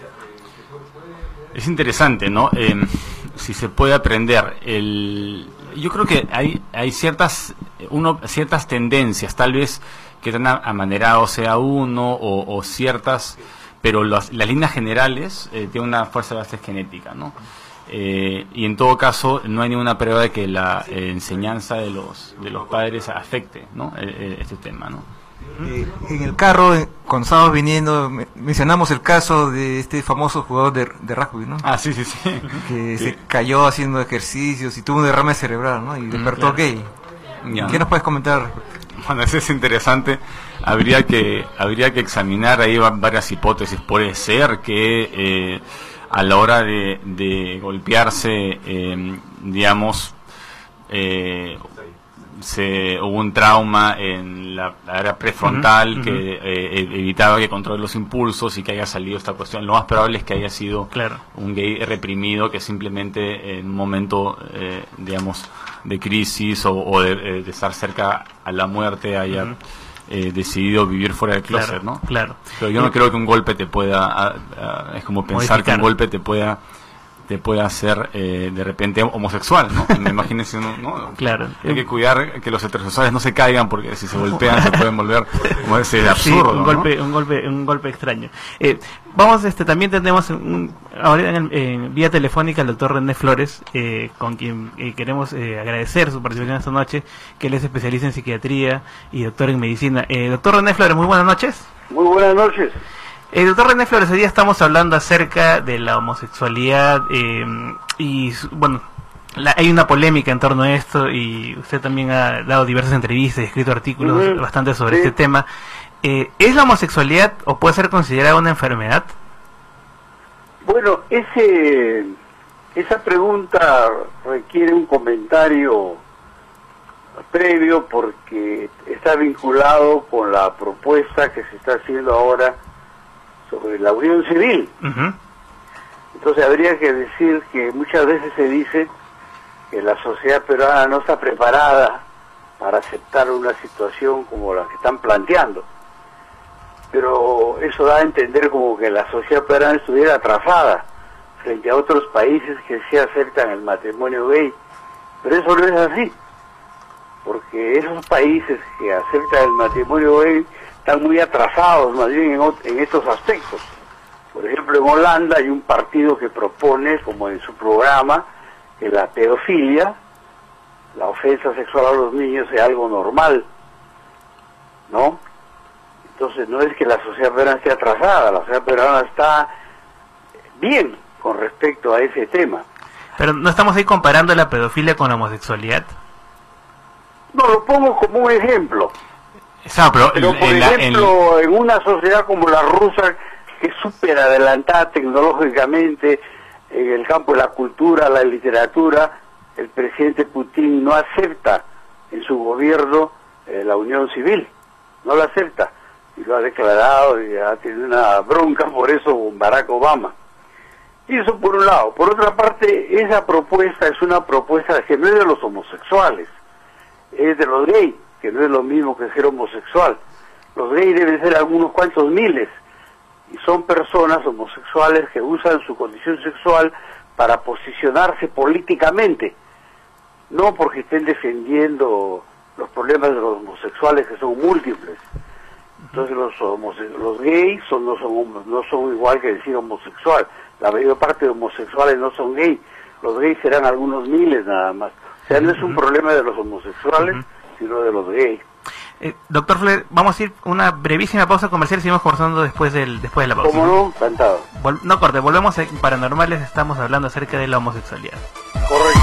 Es interesante, ¿no? Eh, si se puede aprender. El, yo creo que hay hay ciertas uno ciertas tendencias, tal vez que tan amanerado sea uno o, o ciertas, pero las, las líneas generales eh, tienen una fuerza base genética, ¿no? Eh, y en todo caso no hay ninguna prueba de que la eh, enseñanza de los de los padres afecte, ¿no? Eh, eh, este tema, ¿no? Eh, en el carro, eh, cuando estábamos viniendo, me- mencionamos el caso de este famoso jugador de, de rugby, ¿no? Ah, sí, sí, sí. Que Sí. se cayó haciendo ejercicios y tuvo un derrame cerebral, ¿no? Y despertó claro. gay. Ya. ¿Qué nos puedes comentar? Bueno, eso es interesante. Habría que habría que examinar ahí va- varias hipótesis. Puede ser que eh, a la hora de, de golpearse, eh, digamos, eh, se hubo un trauma en la área prefrontal Ujú, que eh, evitaba que controle los impulsos y que haya salido esta cuestión. Lo más probable es que haya sido Claro. un gay reprimido que simplemente en un momento, eh, digamos, de crisis o, o de, eh, de estar cerca a la muerte haya Ujú. eh, decidido vivir fuera del Claro, closet, ¿no? claro. Pero yo no Y- creo que un golpe te pueda, a- a- es como pensar que Modificar. un golpe te pueda te pueda hacer eh, de repente homosexual, ¿no? Me imagino si uno, ¿no? Claro. Hay que cuidar que los heterosexuales no se caigan porque si se golpean se pueden volver como ese absurdo, Sí, un ¿no? golpe, un golpe, un golpe extraño. Eh, vamos, este, también tenemos un, ahora en, el- en vía telefónica al doctor René Flores, eh, con quien eh, queremos eh, agradecer su participación esta noche, que él es especialista en psiquiatría y doctor en medicina. Eh, doctor René Flores, muy buenas noches. Muy buenas noches. Eh, doctor René Flores, hoy día estamos hablando acerca de la homosexualidad eh, y, su- bueno, la- hay una polémica en torno a esto y usted también ha dado diversas entrevistas y escrito artículos Ujú, bastante sobre sí. este tema. Eh, ¿Es la homosexualidad o puede ser considerada una enfermedad? Bueno, ese, esa pregunta requiere un comentario previo porque está vinculado con la propuesta que se está haciendo ahora sobre la unión civil. Ujú. Entonces habría que decir que muchas veces se dice que la sociedad peruana no está preparada para aceptar una situación como la que están planteando. Pero eso da a entender como que la sociedad peruana estuviera atrasada frente a otros países que sí aceptan el matrimonio gay. Pero eso no es así, porque esos países que aceptan el matrimonio gay están muy atrasados más bien en, ot- en estos aspectos. Por ejemplo, en Holanda hay un partido que propone, como en su programa, que la pedofilia, la ofensa sexual a los niños, sea algo normal, ¿no? Entonces no es que la sociedad peruana esté atrasada, la sociedad peruana está bien con respecto a ese tema. Pero no estamos ahí comparando la pedofilia con la homosexualidad. No, lo pongo como un ejemplo. Exacto, pero, Pero el- por el- el- ejemplo, en una sociedad como la rusa, que es súper adelantada tecnológicamente en el campo de la cultura, la literatura, el presidente Putin no acepta en su gobierno eh, la unión civil, no la acepta, y lo ha declarado y ha tenido una bronca por eso con Barack Obama. Y eso por un lado. Por otra parte, esa propuesta es una propuesta que no es de los homosexuales, es de los gays, que no es lo mismo que ser homosexual. Los gays deben ser algunos cuantos miles, y son personas homosexuales que usan su condición sexual para posicionarse políticamente, no porque estén defendiendo los problemas de los homosexuales, que son múltiples. Entonces los homose- los gays son, no, son, homo- no son igual que decir homosexual. La mayor parte de homosexuales no son gays. Los gays serán algunos miles nada más. O sea, no es un problema de los homosexuales, sino de los gays. Eh, doctor Flores, vamos a ir una brevísima pausa comercial y seguimos conversando después del después de la pausa. ¿Cómo no? Encantado. Vol- no corte, volvemos en Paranormales, estamos hablando acerca de la homosexualidad. Correcto.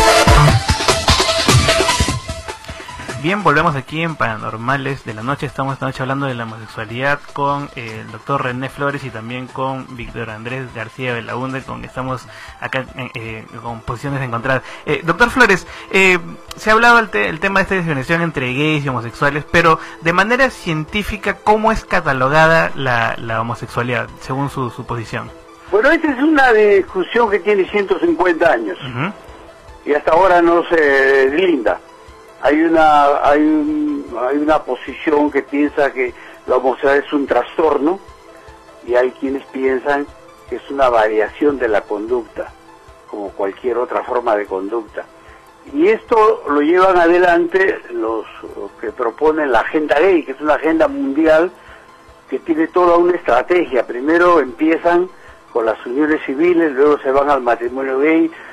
Bien, volvemos aquí en Paranormales de la Noche. Estamos esta noche hablando de la homosexualidad con eh, el doctor René Flores y también con Víctor Andrés García Belaunde, con que estamos acá eh, eh, con posiciones encontradas. Eh, doctor Flores, eh, se ha hablado el, te- el tema de esta discriminación entre gays y homosexuales, pero de manera científica, ¿cómo es catalogada la, la homosexualidad, según su, su posición? Bueno, esta es una discusión que tiene ciento cincuenta años Ujú. y hasta ahora no se deslinda. Hay una, hay, un- hay una posición que piensa que la homosexualidad es un trastorno y hay quienes piensan que es una variación de la conducta, como cualquier otra forma de conducta. Y esto lo llevan adelante los, los que proponen la agenda gay, que es una agenda mundial que tiene toda una estrategia. Primero empiezan con las uniones civiles, luego se van al matrimonio gay,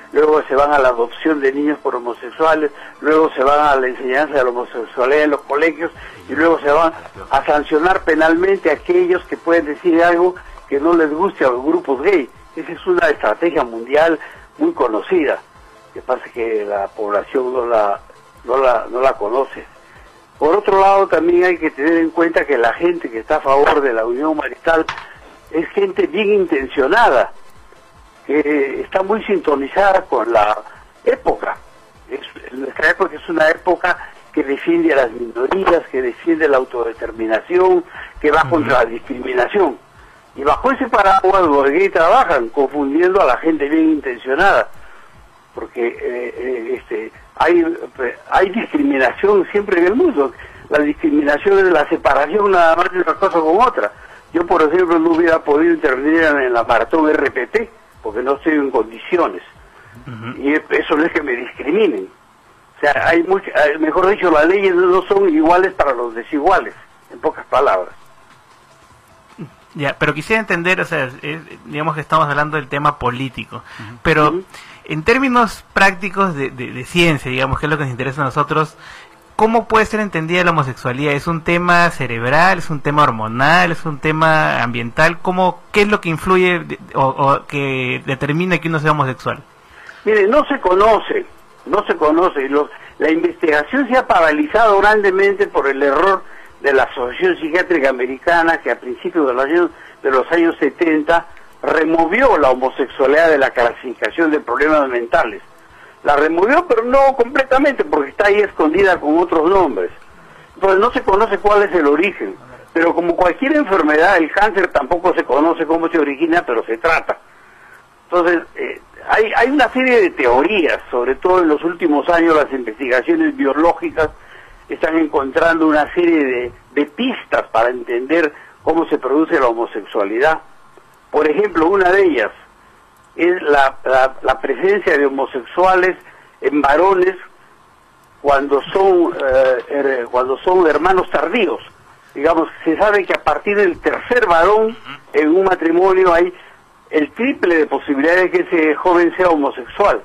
luego se van a la adopción de niños por homosexuales, luego se van a la enseñanza de la homosexualidad en los colegios y luego se van a sancionar penalmente a aquellos que pueden decir algo que no les guste a los grupos gay. Esa es una estrategia mundial muy conocida, que pasa que la población no la, no la, no la conoce. Por otro lado, también hay que tener en cuenta que la gente que está a favor de la unión marital es gente bien intencionada, que está muy sintonizada con la época. Es, nuestra época es una época que defiende a las minorías, que defiende la autodeterminación, que va contra la discriminación. Y bajo ese paraguas los gays trabajan, confundiendo a la gente bien intencionada, porque eh, eh, este, hay, hay discriminación siempre en el mundo. La discriminación es la separación nada más de una cosa con otra. Yo, por ejemplo, no hubiera podido intervenir en la maratón R P T, porque no estoy en condiciones. Uh-huh. Y eso no es que me discriminen. O sea, hay mucho, mejor dicho, las leyes no son iguales para los desiguales, en pocas palabras. Ya, pero quisiera entender, o sea, es, digamos que estamos hablando del tema político, uh-huh. pero uh-huh. en términos prácticos de, de, de ciencia, digamos, que es lo que nos interesa a nosotros, ¿cómo puede ser entendida la homosexualidad? ¿Es un tema cerebral? ¿Es un tema hormonal? ¿Es un tema ambiental? ¿Cómo, qué es lo que influye de, o, o que determina que uno sea homosexual? Mire, no se conoce, no se conoce. Los, la investigación se ha paralizado grandemente por el error de la Asociación Psiquiátrica Americana, que a principios de los años, de los años setenta removió la homosexualidad de la clasificación de problemas mentales. La removió, pero no completamente, porque está ahí escondida con otros nombres. Entonces no se conoce cuál es el origen. Pero como cualquier enfermedad, el cáncer tampoco se conoce cómo se origina, pero se trata. Entonces, eh, hay, hay una serie de teorías, sobre todo en los últimos años las investigaciones biológicas están encontrando una serie de, de pistas para entender cómo se produce la homosexualidad. Por ejemplo, una de ellas es la, la, la presencia de homosexuales en varones cuando son eh, er, cuando son hermanos tardíos. Digamos, se sabe que a partir del tercer varón en un matrimonio hay el triple de posibilidades de que ese joven sea homosexual.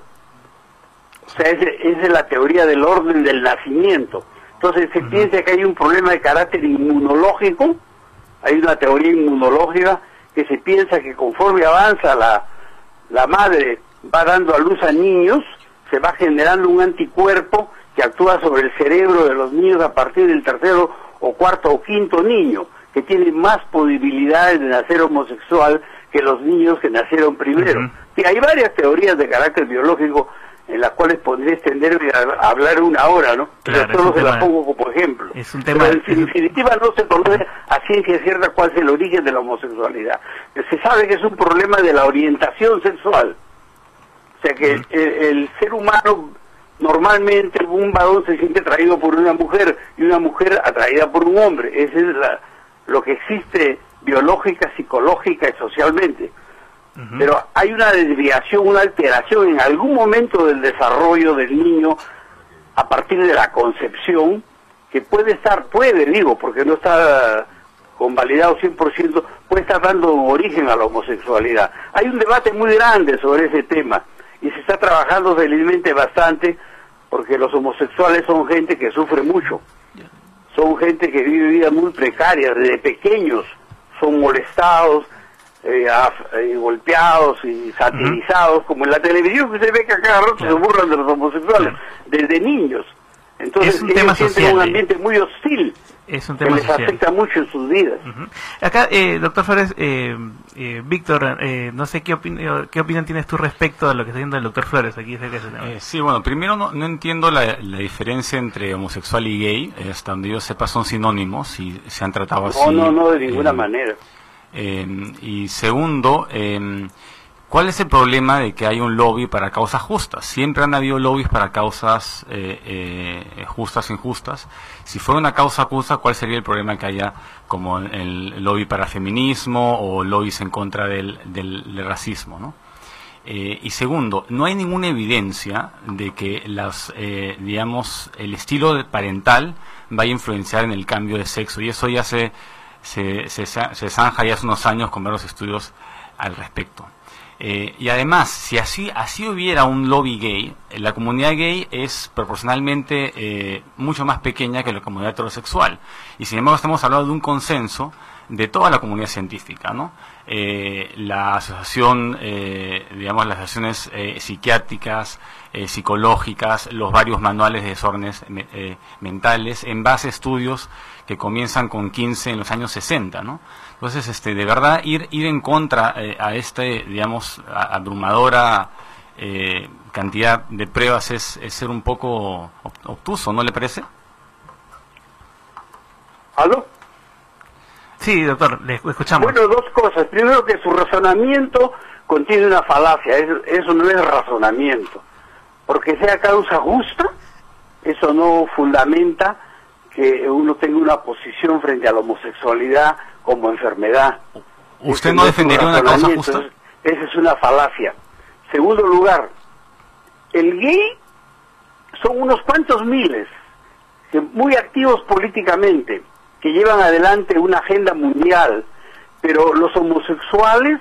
O sea, esa es la teoría del orden del nacimiento. Entonces se uh-huh. piensa que hay un problema de carácter inmunológico, hay una teoría inmunológica que se piensa que conforme avanza la, la madre va dando a luz a niños, se va generando un anticuerpo que actúa sobre el cerebro de los niños a partir del tercero o cuarto o quinto niño, que tiene más posibilidades de nacer homosexual que los niños que nacieron primero. Uh-huh. Y hay varias teorías de carácter biológico en las cuales podría extenderme a, a hablar una hora, ¿no? Claro, pero solo se la pongo como ejemplo. Es un tema, pero en definitiva no se conoce a ciencia cierta cuál es el origen de la homosexualidad. Se sabe que es un problema de la orientación sexual. O sea que uh-huh. el, el ser humano, normalmente un varón se siente atraído por una mujer y una mujer atraída por un hombre. Ese es la, lo que existe biológica, psicológica y socialmente. Uh-huh. Pero hay una desviación, una alteración en algún momento del desarrollo del niño a partir de la concepción, que puede estar, puede digo, porque no está convalidado cien por ciento, puede estar dando origen a la homosexualidad. Hay un debate muy grande sobre ese tema y se está trabajando felizmente bastante, porque los homosexuales son gente que sufre mucho, son gente que vive vidas muy precarias, desde pequeños son molestados, Eh, af, eh, golpeados y satirizados, uh-huh. como en la televisión que se ve que a cada rato claro. se burlan de los homosexuales, claro. desde niños. Entonces es un ellos tema sienten social, un ambiente muy hostil, es un tema que les social. afecta mucho en sus vidas. Uh-huh. Acá, eh, doctor Flores, eh, eh, Víctor, eh, no sé qué, opin qué opinión tienes tú respecto a lo que está diciendo el doctor Flores aquí. Eh, sí, bueno, primero no, no entiendo la, la diferencia entre homosexual y gay. Eh, hasta donde yo sepa son sinónimos y se han tratado así. No, no, no, de ninguna eh, manera. Eh, y segundo, eh, ¿cuál es el problema de que hay un lobby para causas justas? Siempre han habido lobbies para causas eh, eh, justas e injustas. Si fuera una causa justa, ¿cuál sería el problema que haya como el lobby para feminismo o lobbies en contra del, del, del racismo, ¿no? Eh, y segundo, no hay ninguna evidencia de que las, eh, digamos, el estilo parental vaya a influenciar en el cambio de sexo, y eso ya se Se, se, se zanja ya hace unos años con varios estudios al respecto. Eh, y además, si así, así hubiera un lobby gay, la comunidad gay es proporcionalmente eh, mucho más pequeña que la comunidad heterosexual. Y sin embargo estamos hablando de un consenso de toda la comunidad científica, ¿no? Eh, la asociación, eh, digamos, las asociaciones eh, psiquiátricas, eh, psicológicas, los varios manuales de desórdenes eh, mentales, en base a estudios que comienzan con quince en los años sesenta, ¿no? Entonces, este, de verdad, ir ir en contra eh, a este, digamos, a, abrumadora eh, cantidad de pruebas es, es ser un poco obtuso, ¿no le parece? ¿Aló? Sí, doctor, le escuchamos. Bueno, dos cosas. Primero, que su razonamiento contiene una falacia. Eso, eso no es razonamiento. Porque sea causa justa, eso no fundamenta que uno tenga una posición frente a la homosexualidad como enfermedad. ¿Usted no defendería una causa justa? Esa es una falacia. Segundo lugar, el gay son unos cuantos miles, que muy activos políticamente, que llevan adelante una agenda mundial, pero los homosexuales,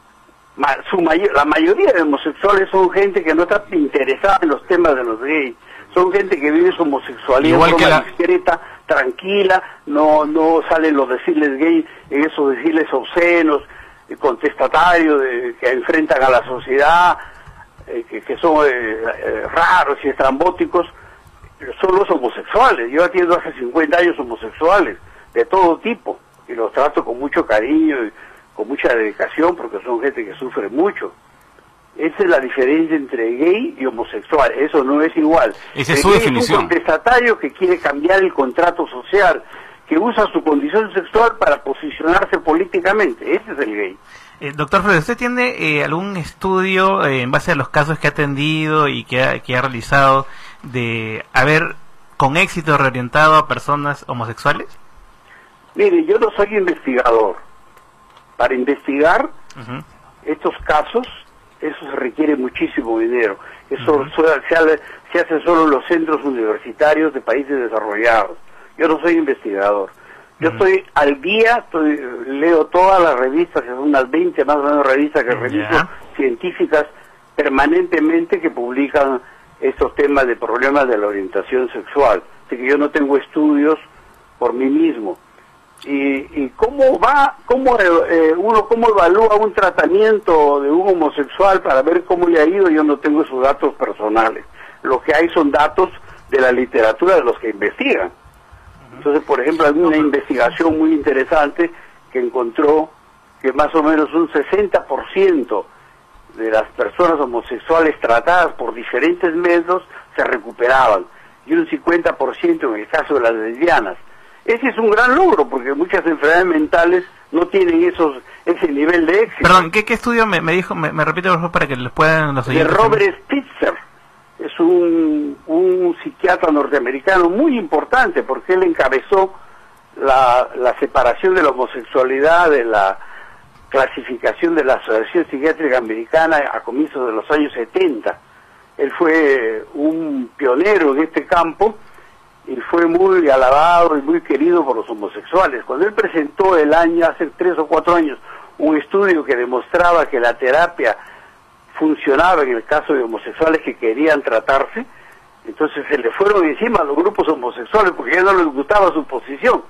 su mayor, la mayoría de homosexuales son gente que no está interesada en los temas de los gays, son gente que vive su homosexualidad de forma la... discreta, tranquila, no no salen los desfiles gays, en esos desfiles obscenos, eh, contestatarios, de, que enfrentan a la sociedad, eh, que, que son eh, eh, raros y estrambóticos. Son los homosexuales. Yo atiendo hace cincuenta años homosexuales de todo tipo y los trato con mucho cariño y con mucha dedicación porque son gente que sufre mucho. Esa es la diferencia entre gay y homosexual. Eso no es igual. Esa es su definición. Es un contestatario que quiere cambiar el contrato social, que usa su condición sexual para posicionarse políticamente. Ese es el gay. Eh, doctor Flores, ¿usted tiene eh, algún estudio eh, en base a los casos que ha atendido y que ha, que ha realizado de haber con éxito reorientado a personas homosexuales? Mire, yo no soy investigador. Para investigar uh-huh. estos casos, eso se requiere muchísimo dinero. Eso uh-huh. se, hace, se hace solo en los centros universitarios de países desarrollados. Yo no soy investigador. Yo uh-huh. estoy al día, estoy, leo todas las revistas, que son unas veinte más o menos revistas que reviso, yeah. científicas, permanentemente que publican estos temas de problemas de la orientación sexual. Así que yo no tengo estudios por mí mismo. Y, y cómo va, cómo eh, uno cómo evalúa un tratamiento de un homosexual para ver cómo le ha ido, yo no tengo esos datos personales. Lo que hay son datos de la literatura de los que investigan. Entonces, por ejemplo, hay una investigación muy interesante que encontró que más o menos un sesenta por ciento de las personas homosexuales tratadas por diferentes métodos se recuperaban, y un cincuenta por ciento en el caso de las lesbianas. Ese es un gran logro, porque muchas enfermedades mentales no tienen esos ese nivel de éxito. Perdón, ¿qué, qué estudio me, me dijo? Me, me repite por favor para que les puedan los oyentes. De Robert Spitzer. Es un, un psiquiatra norteamericano muy importante, porque él encabezó la, la separación de la homosexualidad de la clasificación de la Asociación Psiquiátrica Americana a comienzos de los años setenta. Él fue un pionero en este campo y fue muy alabado y muy querido por los homosexuales. Cuando él presentó el año, hace tres o cuatro años, un estudio que demostraba que la terapia funcionaba en el caso de homosexuales que querían tratarse, entonces se le fueron encima a los grupos homosexuales porque ya no les gustaba su posición.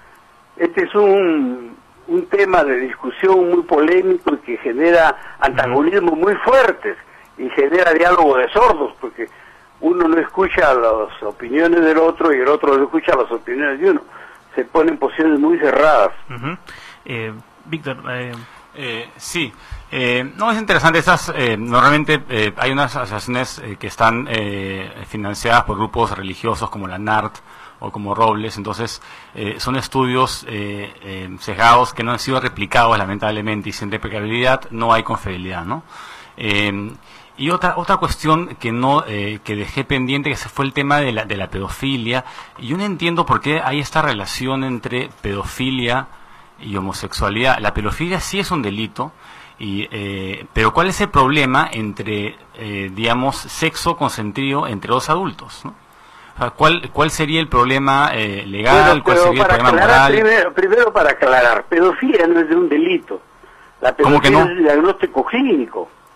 Este es un, un tema de discusión muy polémico y que genera antagonismos muy fuertes y genera diálogo de sordos, porque uno no escucha las opiniones del otro y el otro no escucha las opiniones de uno. Se ponen posiciones muy cerradas. Uh-huh. eh, Víctor, eh... Eh, sí, eh, no, es interesante. Esas eh, normalmente eh, hay unas asociaciones eh, que están eh, financiadas por grupos religiosos como la NART o como Robles, entonces eh, son estudios eh, eh, sesgados que no han sido replicados lamentablemente, y sin replicabilidad no hay confiabilidad, ¿no? Eh, y otra otra cuestión que no eh, que dejé pendiente, que fue el tema de la, de la pedofilia, y yo no entiendo por qué hay esta relación entre pedofilia y homosexualidad. La pedofilia sí es un delito, y eh, pero ¿cuál es el problema entre, eh, digamos, sexo consentido entre dos adultos, ¿no? O sea, ¿cuál, ¿Cuál sería el problema eh, legal? Bueno, ¿Cuál sería el problema moral? Primero, primero para aclarar, pedofilia no es de un delito. La pedofilia no? es un diagnóstico clínico.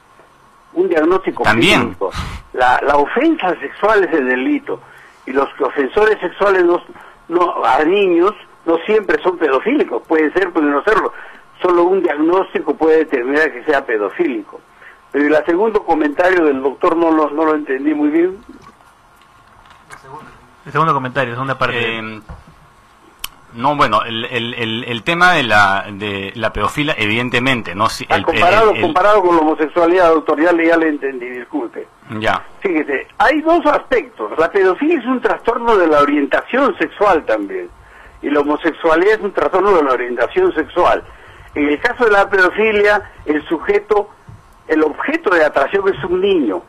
un diagnóstico También. clínico. La, la ofensa sexual es el delito, y los que ofensores sexuales no, no, a niños no siempre son pedofílicos, puede ser, puede no serlo, solo un diagnóstico puede determinar que sea pedofílico. Pero el segundo comentario del doctor no lo, no lo entendí muy bien. El segundo comentario, segunda parte. Eh, no, bueno, el, el, el, el tema de la de la pedofilia, evidentemente, no si, el, comparado, el- el- comparado con la homosexualidad, doctor, ya le, ya le entendí, disculpe. ya. Fíjese, hay dos aspectos. La pedofilia es un trastorno de la orientación sexual también, y la homosexualidad es un trastorno de la orientación sexual. En el caso de la pedofilia, el sujeto, el objeto de atracción es un niño.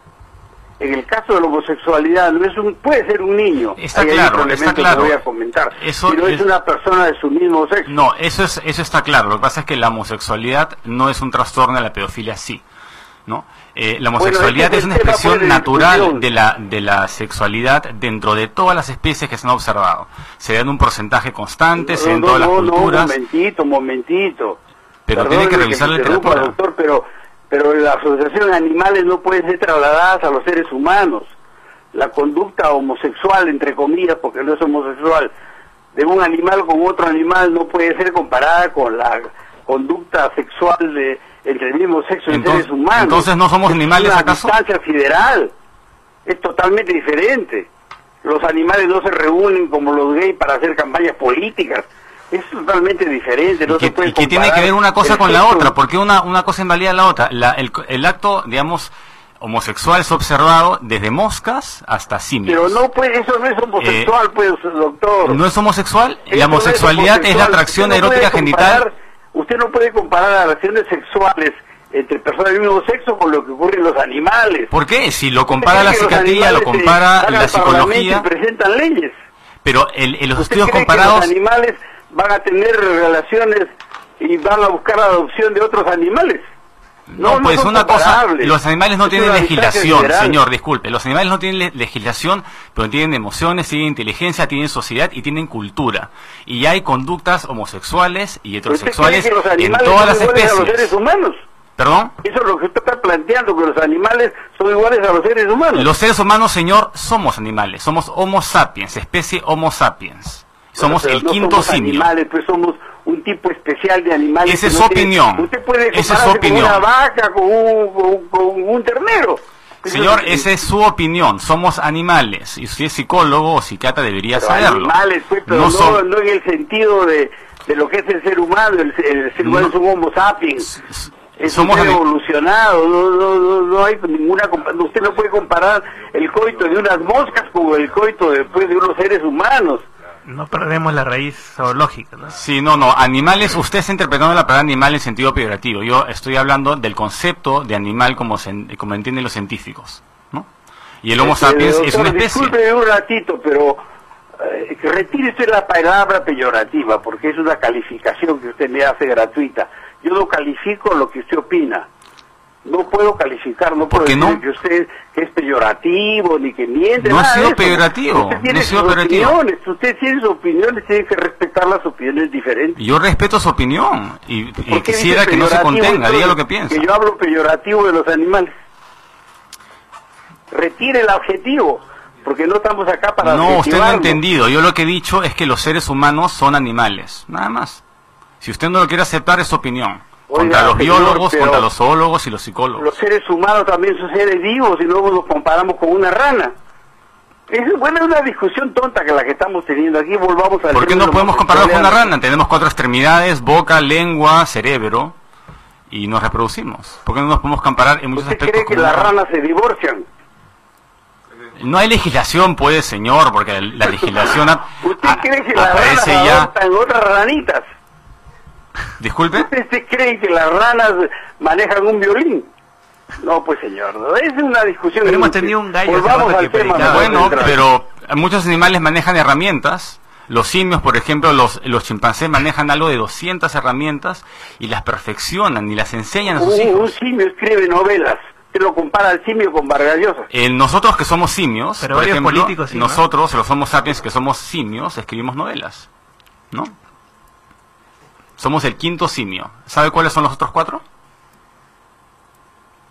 En el caso de la homosexualidad, no es un, puede ser un niño. Está Ahí hay claro, otro está elemento claro. que voy a comentar. Eso Pero es, es- una persona de su mismo sexo. No, eso es eso está claro. Lo que pasa es que la homosexualidad no es un trastorno, de la pedofilia sí, ¿no? Eh, la homosexualidad Bueno, este es una es el tema, expresión pues, de natural discusión. de la de la sexualidad dentro de todas las especies que se han observado. Se da en un porcentaje constante, se da en no, todas no, las no, culturas, un momentito, un momentito. pero Perdóneme tiene que revisar me la interrumpa, literatura. doctor, pero, pero la asociación de animales no puede ser trasladadas a los seres humanos. La conducta homosexual, entre comillas, porque no es homosexual, de un animal con otro animal no puede ser comparada con la conducta sexual de entre el mismo sexo de Entonces- seres humanos. entonces, ¿no somos Es animales, una acaso? distancia sideral. Es totalmente diferente. Los animales no se reúnen como los gays para hacer campañas políticas. Es totalmente diferente. No se puede Y que tiene que comparar ver una cosa el con la sexo. otra, porque una, una cosa invalida la otra. La, el, el acto, digamos, homosexual es observado desde moscas hasta simios. Pero no puede, eso no es homosexual, pues, doctor. ¿No es homosexual? Eso La no es homosexualidad es la homosexual. atracción Usted no erótica puede genital. comparar- Usted no puede comparar las relaciones sexuales entre personas del mismo sexo con lo que ocurre en los animales. ¿Por qué? Si lo compara ¿Usted la cree que los psiquiatría, lo animales, eh, compara van la al Parlamento psicología, y presentan leyes. pero el, el- los ¿Usted estudios cree comparados... que los animales van a tener relaciones y van a buscar la adopción de otros animales? No, no pues son una cosa, comparables. los animales no Es tienen una distancia legislación, sideral. señor, disculpe, los animales no tienen le- legislación, pero tienen emociones, tienen inteligencia, tienen sociedad y tienen cultura. Y hay conductas homosexuales y ¿Usted cree heterosexuales que los en animales todas son las iguales a los seres especies. humanos? ¿Perdón? Eso es lo que usted está planteando, que los animales son iguales a los seres humanos. Los seres humanos, señor, somos animales, somos Homo sapiens, especie Homo sapiens. Somos Pero el no quinto somos simio. animales, pues somos un tipo especial de animales. Esa que es no su tiene- opinión. Usted puede Esa es su compararse con opinión. una vaca, con un, con, con un ternero. Eso Señor, es- esa es su opinión, somos animales. Y si es psicólogo o psiquiatra debería pero saberlo. animales, pues, pero No no, son- no en el sentido de, de lo que es el ser humano. El, el ser humano No. es un homo sapiens. Es somos un ser ani- evolucionado. No, no, no, no hay ninguna... compa- Usted no puede comparar el coito de unas moscas con el coito después de unos seres humanos. No perdemos la raíz zoológica, ¿no? Sí, no, no, animales, usted está interpretando la palabra animal en sentido peyorativo. Yo estoy hablando del concepto de animal como se, como entienden los científicos, ¿no? Y el Homo Este, sapiens es doctor, una especie. Disculpe un ratito, pero eh, que retire usted la palabra peyorativa, porque es una calificación que usted me hace gratuita. Yo no califico lo que usted opina. No puedo calificar, no puedo qué decir no? que usted que es peyorativo, ni que miente, No ha nada sido de eso. peyorativo, Usted tiene no ha sido sus peyorativo. opiniones, usted tiene sus opiniones, tiene que respetar las opiniones diferentes. Yo respeto su opinión y, y ¿Por qué quisiera dice que no se peyorativo, contenga, entonces, diga lo que piensa. Que yo hablo peyorativo de los animales. Retire el adjetivo, porque no estamos acá para No, usted no ha adjetivarnos. entendido. Yo lo que he dicho es que los seres humanos son animales, nada más. Si usted no lo quiere aceptar, es su opinión. Oiga, Contra los señor, biólogos, pero- contra los zoólogos y los psicólogos. Los seres humanos también son seres vivos y luego nos comparamos con una rana. Es, bueno, es una discusión tonta que la que estamos teniendo aquí. Volvamos al ¿Por qué tema no de podemos compararlo con una homosexualidad. rana? Tenemos cuatro extremidades, boca, lengua, cerebro, y nos reproducimos. ¿Por qué no nos podemos comparar en muchos ¿Usted aspectos cree que con las una rana? ranas se divorcian? No hay legislación, pues, señor, porque la, la legislación a- ¿Usted a- cree que las ranas aparece ya... adoptan otras ranitas? Disculpe. ¿Usted cree que las ranas manejan un violín? No, pues señor, no, es una discusión. Pero hemos inútil. tenido un gallo Volvamos hace rato al que tema. predicaba. mejor Bueno, central. pero muchos animales manejan herramientas. Los simios, por ejemplo, los, los chimpancés manejan algo de doscientas herramientas y las perfeccionan y las enseñan a sus un, un hijos. simio escribe novelas. Usted lo compara al simio con Vargas Llosa. Eh, nosotros que somos simios, Pero por varios ejemplo, políticos sí, ¿no? nosotros, los Homo sapiens que somos simios, escribimos novelas, ¿no? Somos el quinto simio. ¿Sabe cuáles son los otros cuatro? A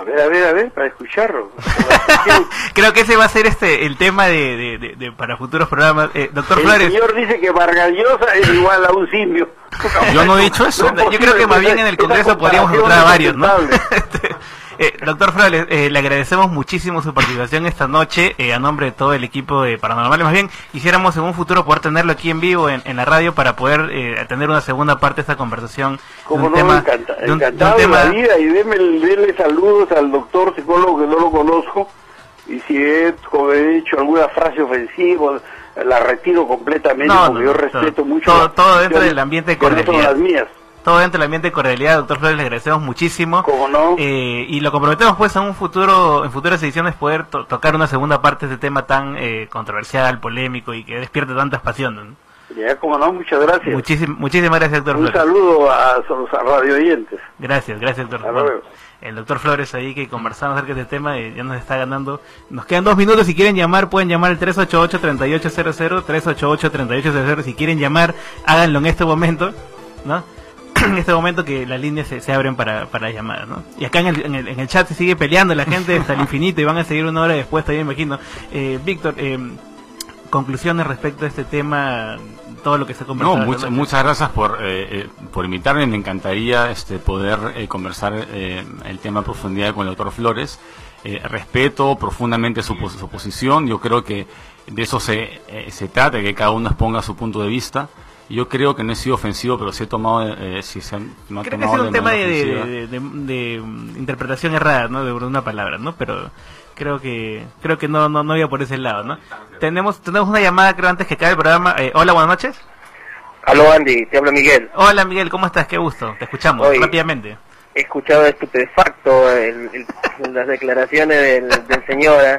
A ver, a ver, a ver, para escucharlo. Creo que ese va a ser este el tema de, de, de, de para futuros programas. Eh, doctor El Flores. señor dice que Vargas Llosa es igual a un simio. Yo no he dicho eso. No es Yo creo que más bien en el Congreso podríamos encontrar a varios, ¿no? inaceptable. Eh, doctor Flores, eh, le agradecemos muchísimo su participación esta noche, eh, a nombre de todo el equipo de Paranormales. Más bien, quisiéramos en un futuro poder tenerlo aquí en vivo, en, en la radio, para poder eh, tener una segunda parte de esta conversación. Como de un no, tema, encanta, de un, encantado de de un tema, la vida, y déme, déle saludos al doctor psicólogo que no lo conozco, y si he, como he dicho, alguna frase ofensiva, la retiro completamente, No, porque no, yo no, respeto todo, mucho todo, las todo dentro decisiones del ambiente de que no son cordialidad. las mías. Todo dentro del ambiente de cordialidad, doctor Flores, le agradecemos muchísimo. ¿Cómo no? Eh, y lo comprometemos pues en un futuro, en futuras ediciones poder to tocar una segunda parte de este tema tan eh, controversial, polémico y que despierte tantas pasiones, ¿no? Ya, como no, muchas gracias. Muchísim muchísimas gracias, doctor Un Flores. saludo a, a los radio oyentes. Gracias, gracias, doctor. Hasta luego. Bueno, el doctor Flores ahí que conversamos acerca de este tema, eh, ya nos está ganando. Nos quedan dos minutos, si quieren llamar pueden llamar al tres ocho ocho, tres ocho cero cero, tres ocho ocho, tres ocho cero cero. Si quieren llamar, háganlo en este momento, ¿no? En este momento que las líneas se, se abren para, para llamadas, ¿no? Y acá en el, en, el, en el chat se sigue peleando la gente hasta el infinito y van a seguir una hora después, todavía me imagino. Eh, Víctor, eh, conclusiones respecto a este tema, todo lo que se ha conversado. No, muchas, muchas gracias por eh, eh, por invitarme. Me encantaría este poder eh, conversar eh, el tema a profundidad con el doctor Flores. Eh, respeto profundamente su, su posición. Yo creo que de eso se, eh, se trata, que cada uno exponga su punto de vista. Yo creo que no he sido ofensivo, pero sí he tomado, eh, sí se han, no Creo que ha tomado sido un de tema manera de, ofensiva. de, de, de, de interpretación errada, ¿no? De una palabra, ¿no? Pero creo que creo que no no no iba por ese lado, ¿no? Tenemos tenemos una llamada, creo, antes que acabe el programa. Eh, hola, buenas noches. Aló, Andy, te habla Miguel. Hola, Miguel, ¿cómo estás? Qué gusto. Te escuchamos Oye, rápidamente. He escuchado estupefacto el, el, las declaraciones del, del señor. eh,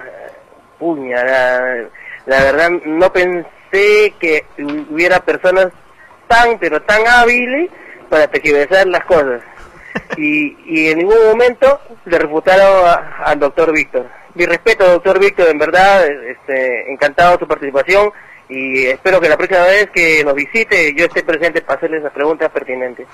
Puña, la, la verdad no pensé que hubiera personas tan, pero tan hábiles para tergiversar las cosas. Y, y en ningún momento le refutaron a- al doctor Víctor. Mi respeto, doctor Víctor, en verdad, este, encantado de su participación, y espero que la próxima vez que nos visite yo esté presente para hacerle esas preguntas pertinentes.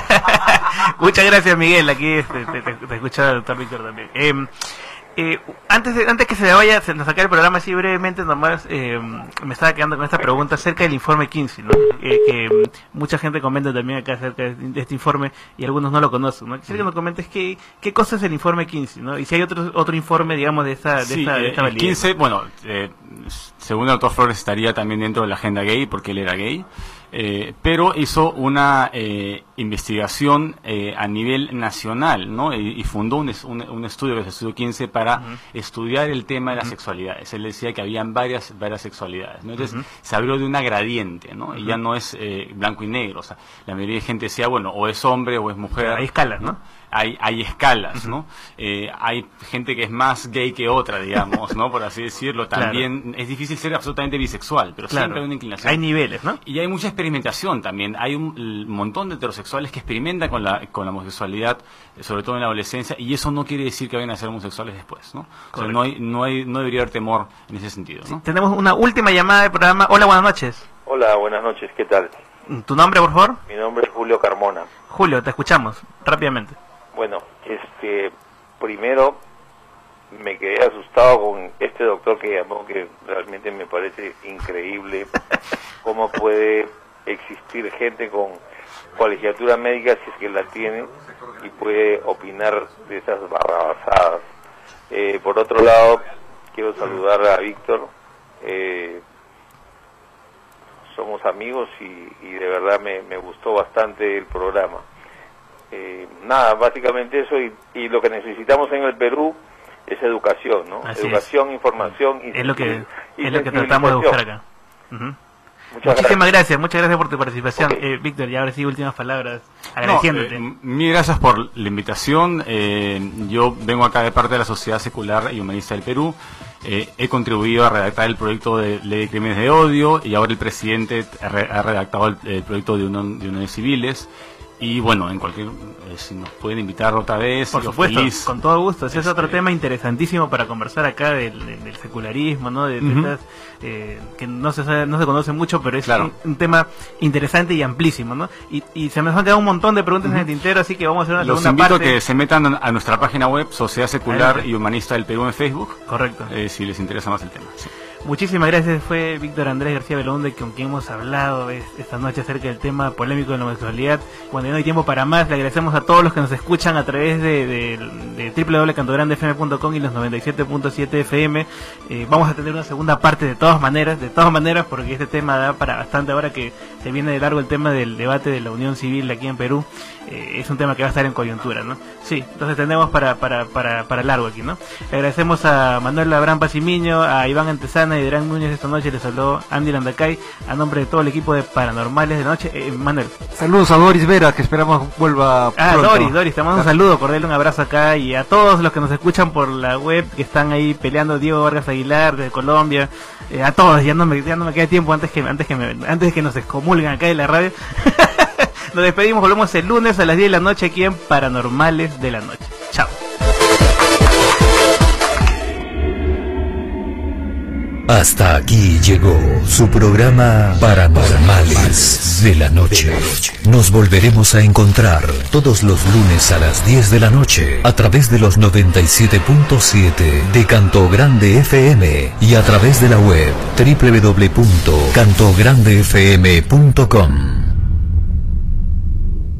Muchas gracias, Miguel. Aquí este, te, te, te escucha el doctor Víctor también. Eh, eh, antes de, antes que se me vaya, se nos sacar el programa así brevemente, nomás eh, me estaba quedando con esta pregunta acerca del informe quince, ¿no? Eh, que mm, mucha gente comenta también acá acerca de, de este informe y algunos no lo conocen, ¿no? Quisiera que nos comentes qué, qué cosa es el informe quince, ¿no? Y si hay otro otro informe, digamos, de esta, de Sí, esta, de eh, esta el validez. quince, bueno, eh, según el doctor Flores estaría también dentro de la agenda gay, porque él era gay, eh, pero hizo una eh, investigación eh, a nivel nacional, ¿no? Y, y fundó un, es- un, un estudio, que es el estudio quince, para estudiar el tema de las sexualidades. Él decía que habían varias varias sexualidades, ¿no? Entonces Ujú. se abrió de una gradiente, ¿no? Y ya no es eh, blanco y negro, o sea, la mayoría de gente decía, bueno, o es hombre o es mujer. Hay escalas, ¿no? Hay, hay escalas, ¿no? Eh, hay gente que es más gay que otra, digamos, ¿no? Por así decirlo. Claro. También es difícil ser absolutamente bisexual, pero Claro. siempre hay una inclinación. Hay niveles, ¿no? Y hay mucha experimentación también. Hay un l- montón de heterosexuales que experimentan con la, con la homosexualidad, eh, sobre todo en la adolescencia, y eso no quiere decir que vayan a ser homosexuales después, ¿no? O sea, Correcto. no, hay, no, hay, no debería haber temor en ese sentido, ¿no? Tenemos una última llamada de programa. Hola, buenas noches. Hola, buenas noches, ¿qué tal? ¿Tu nombre, por favor? Mi nombre es Julio Carmona. Julio, te escuchamos rápidamente. Bueno, este, primero me quedé asustado con este doctor que llamó, que realmente me parece increíble cómo puede existir gente con colegiatura médica, si es que la tiene, y puede opinar de esas barrabasadas. Eh, por otro lado, quiero saludar a Víctor. Eh, somos amigos y, y de verdad me, me gustó bastante el programa. Eh, nada, básicamente eso, y, y lo que necesitamos en el Perú es educación, ¿no? Así Educación, información y Es lo que sensibil- y es lo que tratamos de buscar sensibilización. acá. Ujú. Muchas Muchísimas gracias. muchas gracias por tu participación. Eh, Víctor, y ahora sí, últimas palabras, agradeciéndote. No, eh, mil gracias por la invitación. Eh, yo vengo acá de parte de la Sociedad Secular y Humanista del Perú. Eh, he contribuido a redactar el proyecto de Ley de Crímenes de Odio, y ahora el presidente ha re- ha redactado el, el proyecto de unión de uniones civiles. Y bueno, en cualquier, eh, si nos pueden invitar otra vez, por yo supuesto, feliz. con todo gusto. Ese Este... es otro tema interesantísimo para conversar acá del, del, del secularismo, ¿no? De, de Uh-huh. estas, eh, que no se sabe, no se conoce mucho, pero es Claro. un, un tema interesante y amplísimo, ¿no? Y, y se me han quedado un montón de preguntas Uh-huh. en el tintero, así que vamos a hacer una Los segunda invito parte. a que se metan a nuestra página web, Sociedad Secular Adelante. y Humanista del Perú en Facebook. Correcto. Eh, si les interesa más el tema. Sí. Muchísimas gracias, fue Víctor Andrés García Belaunde con quien hemos hablado es- esta noche acerca del tema polémico de la homosexualidad. Cuando no hay tiempo para más, le agradecemos a todos los que nos escuchan a través de, de, de doble u doble u doble u punto canto grande f m punto com y los noventa y siete punto siete F M. Eh, vamos a tener una segunda parte de todas maneras, de todas maneras, porque este tema da para bastante ahora que se viene de largo el tema del debate de la unión civil aquí en Perú. Eh, es un tema que va a estar en coyuntura, ¿no? Sí, entonces tenemos para, para, para, para largo aquí, ¿no? Le agradecemos a Manuel Abraham Pacimiño, a Iván Antesana y Adrián Núñez. Esta noche les habló Andy Landacay a nombre de todo el equipo de Paranormales de la Noche. Eh, Manuel. Saludos a Doris Vera, que esperamos vuelva Ah, pronto. Doris, Doris, te mando un saludo, cordial, un abrazo acá, y a todos los que nos escuchan por la web, que están ahí peleando, Diego Vargas Aguilar de Colombia, eh, a todos, ya no me, ya no me queda tiempo antes que, antes que me, antes que nos excomulguen acá en la radio. Nos despedimos, volvemos el lunes a las diez de la noche aquí en Paranormales de la Noche. Chao. Hasta aquí llegó su programa Paranormales de la Noche. Nos volveremos a encontrar todos los lunes a las diez de la noche a través de los noventa y siete punto siete de Canto Grande F M y a través de la web doble u doble u doble u punto canto grande f m punto com.